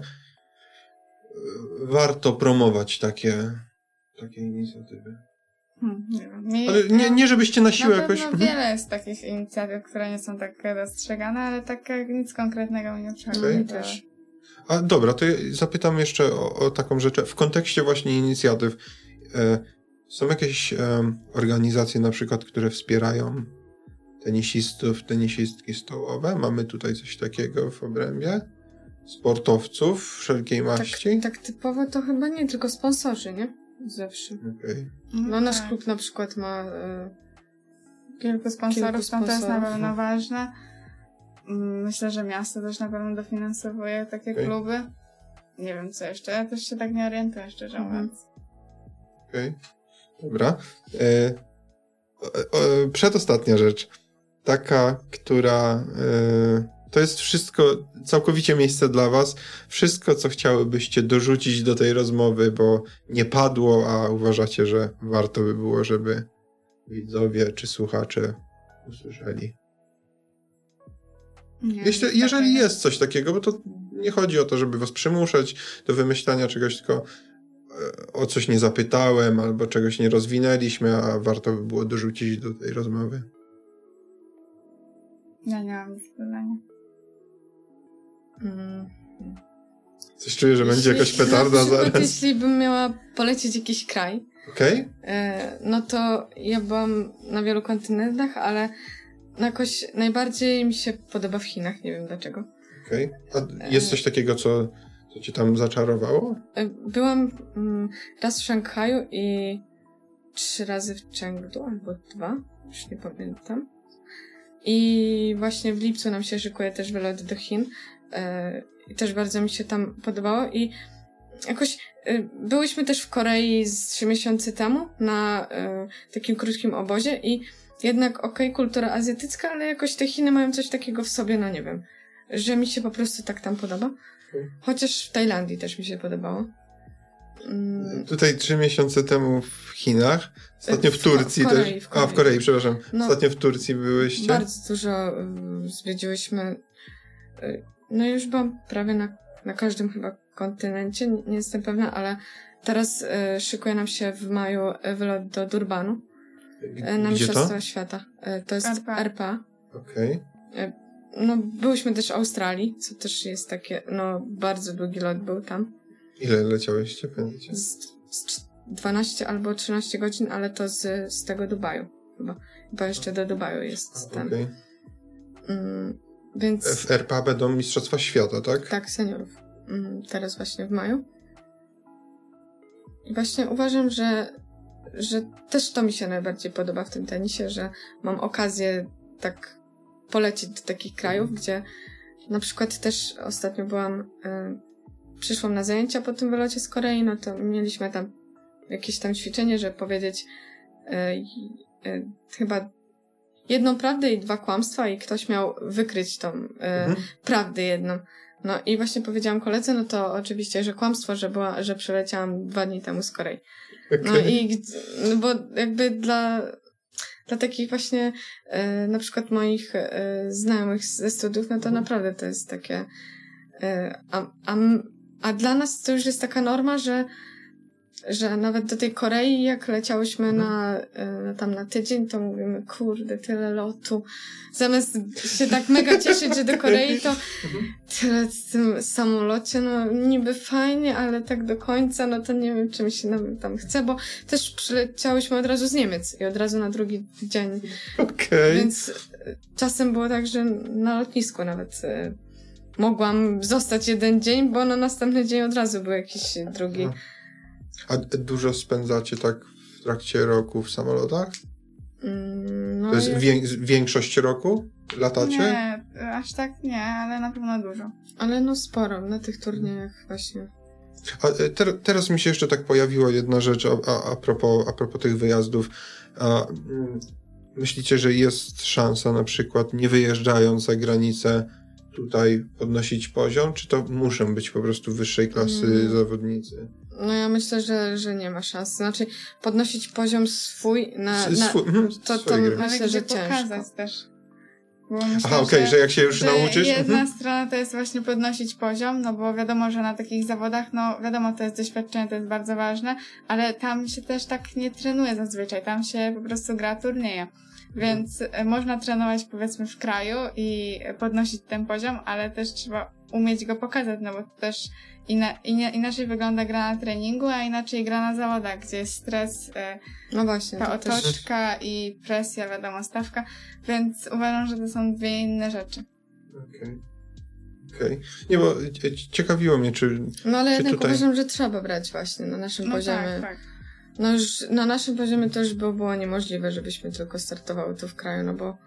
warto promować takie inicjatywy. Nie wiem. Ale nie żebyście na siłę jakoś... Na pewno wiele jest takich inicjatyw, które nie są tak dostrzegane, ale tak nic konkretnego mi nie przychodzi. Też. A dobra, to ja zapytam jeszcze o taką rzecz. W kontekście właśnie inicjatyw są jakieś organizacje na przykład, które wspierają tenisistów, tenisistki stołowe? Mamy tutaj coś takiego w obrębie? Sportowców wszelkiej maści? Tak typowo to chyba nie, tylko sponsorzy, nie? Zawsze. Okay. No nasz klub na przykład ma kilku sponsorów, to jest na pewno ważne. Myślę, że miasto też na pewno dofinansowuje takie kluby. Nie wiem co jeszcze, ja też się tak nie orientuję, szczerze mówiąc. Okej. Dobra. Przedostatnia rzecz. Taka, która... to jest wszystko, całkowicie miejsce dla was. Wszystko, co chciałybyście dorzucić do tej rozmowy, bo nie padło, a uważacie, że warto by było, żeby widzowie czy słuchacze usłyszeli. Jeżeli jest coś takiego, bo to nie chodzi o to, żeby was przymuszać do wymyślania czegoś, tylko o coś nie zapytałem, albo czegoś nie rozwinęliśmy, a warto by było dorzucić do tej rozmowy. Ja nie mam nic do dodania. Coś czuję, że będzie jakaś petarda zaraz. Jeśli bym miała polecieć jakiś kraj, no to ja byłam na wielu kontynentach, ale jakoś najbardziej mi się podoba w Chinach, nie wiem dlaczego. A jest coś takiego, co cię tam zaczarowało? Byłam raz w Szanghaju i 3 razy w Chengdu, albo 2, już nie pamiętam. I właśnie w lipcu nam się szykuje też wylot do Chin. I też bardzo mi się tam podobało i jakoś byłyśmy też w Korei z 3 miesiące temu na takim krótkim obozie i jednak kultura azjatycka, ale jakoś te Chiny mają coś takiego w sobie, no nie wiem, że mi się po prostu tak tam podoba. Chociaż w Tajlandii też mi się podobało. Tutaj 3 miesiące temu w Chinach, ostatnio w Turcji Korei, też. W Korei, przepraszam. No, ostatnio w Turcji byłyście? Bardzo dużo zwiedziłyśmy. No już byłam prawie na każdym chyba kontynencie, nie jestem pewna, ale teraz szykuje nam się w maju wylot do Durbanu na Mistrzostwa Świata. To jest RPA. Okej. No byłyśmy też w Australii, co też jest takie, no bardzo długi lot był tam. Ile leciałyście, pamiętacie? Z 12 albo 13 godzin, ale to z tego Dubaju chyba. Bo jeszcze do Dubaju jest ten. Więc... W RPA będą Mistrzostwa Świata, tak? Tak, seniorów. Teraz właśnie w maju. I właśnie uważam, że też to mi się najbardziej podoba w tym tenisie, że mam okazję tak polecieć do takich krajów, gdzie na przykład też ostatnio przyszłam na zajęcia po tym wylocie z Korei, no to mieliśmy tam jakieś tam ćwiczenie, żeby powiedzieć chyba 1 prawdę i 2 kłamstwa i ktoś miał wykryć tą prawdę jedną. No i właśnie powiedziałam koledze, no to oczywiście, że kłamstwo, że przyleciałam 2 dni temu z Korei. No i bo jakby dla takich właśnie na przykład moich znajomych ze studiów, no to naprawdę to jest takie a dla nas to już jest taka norma, że nawet do tej Korei, jak leciałyśmy na tydzień, to mówimy, kurde, tyle lotu. Zamiast się tak mega cieszyć, że do Korei, to tyle w tym samolocie, no niby fajnie, ale tak do końca, no to nie wiem, czy mi się nawet tam chce, bo też przyleciałyśmy od razu z Niemiec i od razu na drugi dzień. Więc czasem było tak, że na lotnisku nawet mogłam zostać 1 dzień, bo na następny dzień od razu był jakiś drugi. A dużo spędzacie tak w trakcie roku w samolotach? No to jest większość roku? Latacie? Nie, aż tak nie, ale na pewno dużo. Ale no sporo, na tych turniejach właśnie. A teraz mi się jeszcze tak pojawiła jedna rzecz a propos tych wyjazdów. Myślicie, że jest szansa na przykład nie wyjeżdżając za granicę tutaj podnosić poziom, czy to muszą być po prostu wyższej klasy zawodnicy? No ja myślę, że nie ma szans. Znaczy podnosić poziom swój to myślę, że ciężko. Pokazać też. Myślę, że jak się już nauczysz... Jedna strona to jest właśnie podnosić poziom, no bo wiadomo, że na takich zawodach, no wiadomo, to jest doświadczenie, to jest bardzo ważne, ale tam się też tak nie trenuje zazwyczaj, tam się po prostu gra turnieje. Więc można trenować powiedzmy w kraju i podnosić ten poziom, ale też trzeba umieć go pokazać, no bo to też inaczej wygląda gra na treningu, a inaczej gra na zawodach, gdzie jest stres, no właśnie, ta otoczka i presja, wiadomo, stawka, więc uważam, że to są 2 inne rzeczy. Okej. Nie, bo ciekawiło mnie, czy... No ale jednak uważam, że trzeba brać właśnie na naszym poziomie. Tak. No już na naszym poziomie to już było niemożliwe, żebyśmy tylko startowały tu w kraju, no bo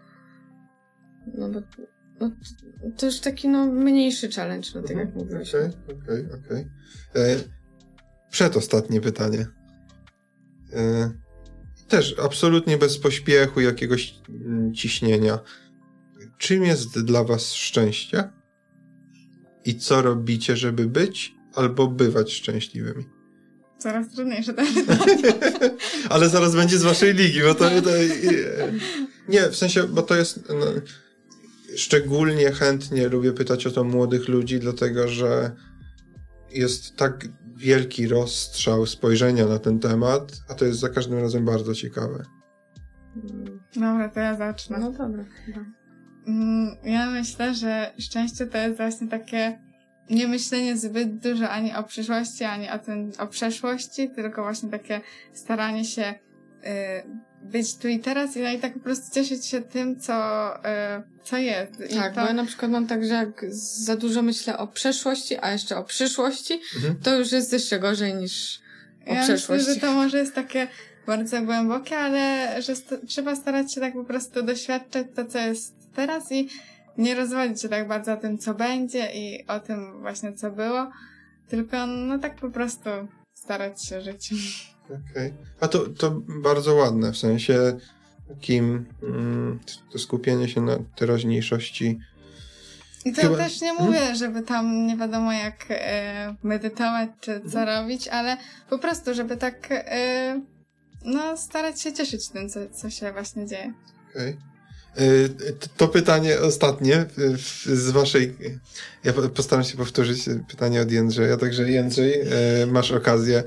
to już taki mniejszy challenge, tak jak mówiliśmy. Okej. Przedostatnie pytanie. Też absolutnie bez pośpiechu, jakiegoś ciśnienia. Czym jest dla was szczęście? I co robicie, żeby być albo bywać szczęśliwymi? Coraz trudniejsze to pytanie. Ale zaraz będzie z waszej ligi, bo to nie, w sensie, bo to jest szczególnie chętnie lubię pytać o to młodych ludzi, dlatego że jest tak wielki rozstrzał spojrzenia na ten temat, a to jest za każdym razem bardzo ciekawe. Dobra, to ja zacznę. No dobra. Ja myślę, że szczęście to jest właśnie takie nie myślenie zbyt dużo ani o przyszłości, ani o przeszłości, tylko właśnie takie staranie się być tu i teraz i tak po prostu cieszyć się tym, co jest. Tak, bo ja na przykład mam tak, że jak za dużo myślę o przeszłości, a jeszcze o przyszłości, to już jest jeszcze gorzej niż o przeszłości. Myślę, że to może jest takie bardzo głębokie, ale że trzeba starać się tak po prostu doświadczać to, co jest teraz i nie rozwodzić się tak bardzo o tym, co będzie i o tym właśnie, co było, tylko no tak po prostu starać się żyć. Okej. A to bardzo ładne, w sensie takim to skupienie się na teraźniejszości. I to też nie mówię, żeby tam nie wiadomo jak medytować czy co robić, ale po prostu, żeby tak starać się cieszyć tym, co się właśnie dzieje. Okej. To pytanie ostatnie z waszej... Ja postaram się powtórzyć pytanie od Jędrzeja, także Jędrzej, masz okazję.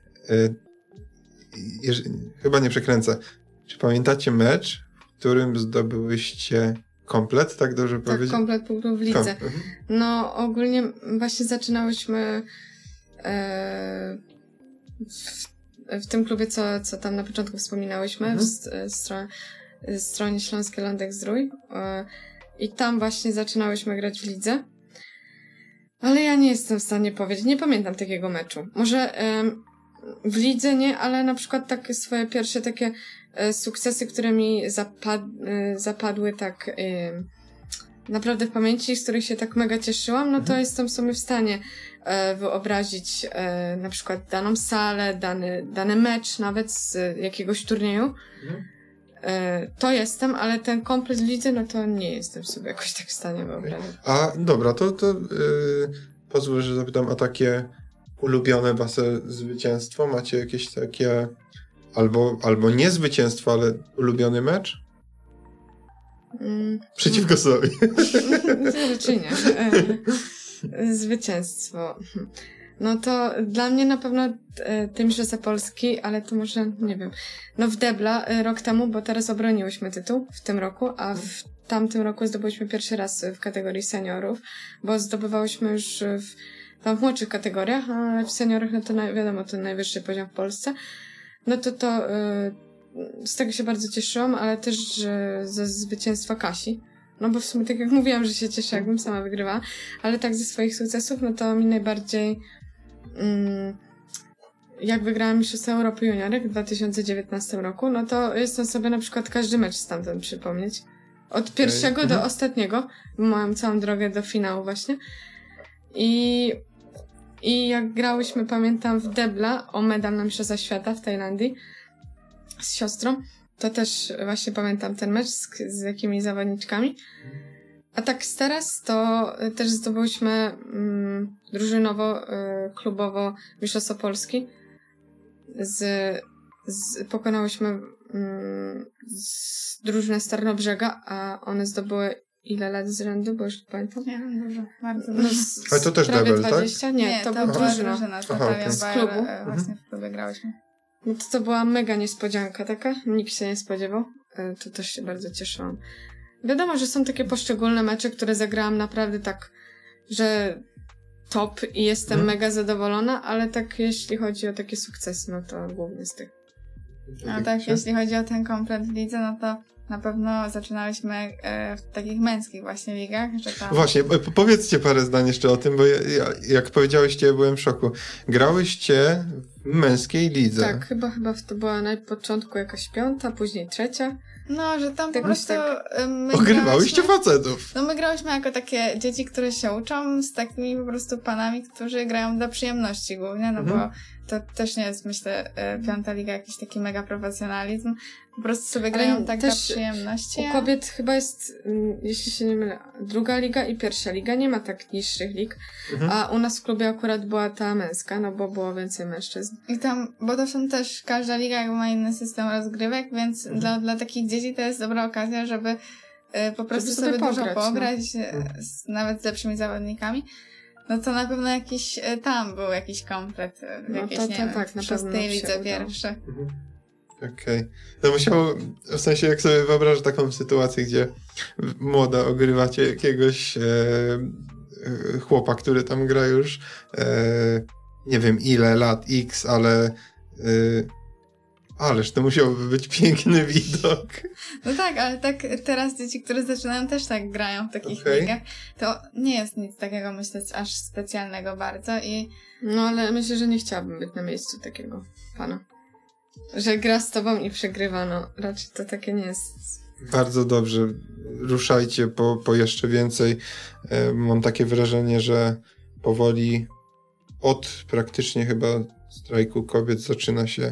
Chyba nie przekręcę. Czy pamiętacie mecz, w którym zdobyłyście komplet? Tak dobrze powiedzieć? Tak, komplet punktów w lidze. No ogólnie właśnie zaczynałyśmy w tym klubie, co tam na początku wspominałyśmy, w stronie Śląskie Lądek Zdrój. I tam właśnie zaczynałyśmy grać w lidze. Ale ja nie jestem w stanie powiedzieć, nie pamiętam takiego meczu. Może w lidze nie, ale na przykład takie swoje pierwsze takie sukcesy, które mi zapadły tak naprawdę w pamięci, z których się tak mega cieszyłam, no to jestem sobie w stanie wyobrazić na przykład daną salę, dany mecz nawet z jakiegoś turnieju. To jestem, ale ten komplet w lidze, no to nie jestem sobie jakoś tak w stanie wyobrazić. A dobra, to pozwól, że zapytam, a takie ulubione wasze zwycięstwo? Macie jakieś takie albo nie zwycięstwo, ale ulubiony mecz? Przeciwko sobie. Czy nie? Zwycięstwo. No to dla mnie na pewno tym Mistrzostwa Polski, ale to może, nie wiem, no w Debla rok temu, bo teraz obroniłyśmy tytuł w tym roku, a w tamtym roku zdobyliśmy pierwszy raz w kategorii seniorów, bo zdobywałyśmy już tam w młodszych kategoriach, ale w seniorach, no to wiadomo, to najwyższy poziom w Polsce. No to z tego się bardzo cieszyłam, ale też ze zwycięstwa Kasi. No bo w sumie tak jak mówiłam, że się cieszę, jakbym sama wygrywała, ale tak ze swoich sukcesów, no to mi najbardziej jak wygrałam Mistrzostwa Europy Juniorek w 2019 roku, no to jestem sobie na przykład każdy mecz stamtąd przypomnieć. Od pierwszego do ostatniego, moją całą drogę do finału właśnie. I jak grałyśmy, pamiętam, w Debla o medal na Mistrzostwa Świata w Tajlandii z siostrą, to też właśnie pamiętam ten mecz z jakimiś zawodniczkami. A tak z to też zdobyłyśmy drużynowo, klubowo Mistrzostwo Polski. Pokonałyśmy drużynę z Tarnobrzega, a one zdobyły ile lat z rzędu, bo już nie pamiętam. Nie wiem, dużo, bardzo dużo. Ale to też Debel, 20? Tak? Nie, to była drużyna. Z klubu. Właśnie w klubie grałyśmy. No to była mega niespodzianka taka, nikt się nie spodziewał. To też się bardzo cieszyłam. Wiadomo, że są takie poszczególne mecze, które zagrałam naprawdę tak, że top i jestem mega zadowolona, ale tak jeśli chodzi o takie sukcesy, no to głównie z tych. No tak, jeśli chodzi o ten komplet w lidze, no to Na pewno zaczynałyśmy w takich męskich właśnie ligach, że tam... Właśnie, powiedzcie parę zdań jeszcze o tym, bo jak powiedziałyście, ja byłem w szoku. Grałyście w męskiej lidze. Tak, chyba to była na początku jakaś 5, później 3. No, że tam po Jakoś prostu... my Ogrywałyście grałyśmy- facetów. No my grałyśmy jako takie dzieci, które się uczą z takimi po prostu panami, którzy grają dla przyjemności głównie, no bo to też nie jest, myślę, 5. liga jakiś taki mega profesjonalizm. Po prostu sobie grają tak dla też przyjemności. U kobiet chyba jest, jeśli się nie mylę, 2. liga i 1. liga. Nie ma tak niższych lig. A u nas w klubie akurat była ta męska, no bo było więcej mężczyzn. I tam, bo to są też, każda liga jakby ma inny system rozgrywek, więc dla takich dzieci to jest dobra okazja, żeby po prostu sobie sobie dużo pograć, pograć, nawet z lepszymi zawodnikami. No to na pewno jakiś, tam był jakiś komplet, No jakiejś, to nie wiem, tak, na w pewno 6. się lidze udało. pierwszy. Okej. No musiało, w sensie jak sobie wyobrażę taką sytuację, gdzie młoda ogrywacie jakiegoś chłopa, który tam gra już nie wiem ile lat, X, ale ależ to musiałby być piękny widok. No tak, ale tak teraz dzieci, które zaczynają też tak grają w takich Okej. ligach, to nie jest nic takiego, myślę, aż specjalnego bardzo i No ale myślę, że nie chciałabym być na miejscu takiego pana. Że gra z tobą i przegrywa, no raczej to takie nie jest. Bardzo dobrze. Ruszajcie po jeszcze więcej. Mam takie wrażenie, że powoli od praktycznie chyba strajku kobiet zaczyna się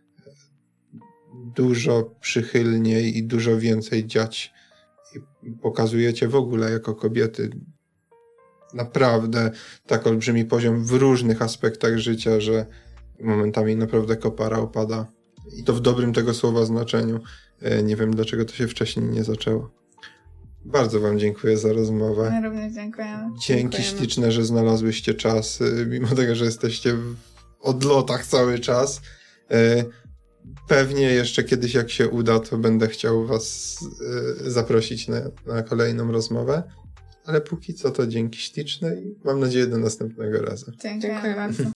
dużo przychylniej i dużo więcej dziać. I pokazujecie w ogóle jako kobiety naprawdę tak olbrzymi poziom w różnych aspektach życia, że momentami naprawdę kopara opada. I to w dobrym tego słowa znaczeniu. Nie wiem, dlaczego to się wcześniej nie zaczęło. Bardzo wam dziękuję za rozmowę. my również dziękujemy. Dzięki Dziękujemy. śliczne, że znalazłyście czas, mimo tego, że jesteście w odlotach cały czas. Pewnie jeszcze kiedyś, jak się uda, to będę chciał was zaprosić na kolejną rozmowę. Ale póki co to dzięki śliczne i mam nadzieję do następnego razu. Dziękujemy Dziękujemy. bardzo.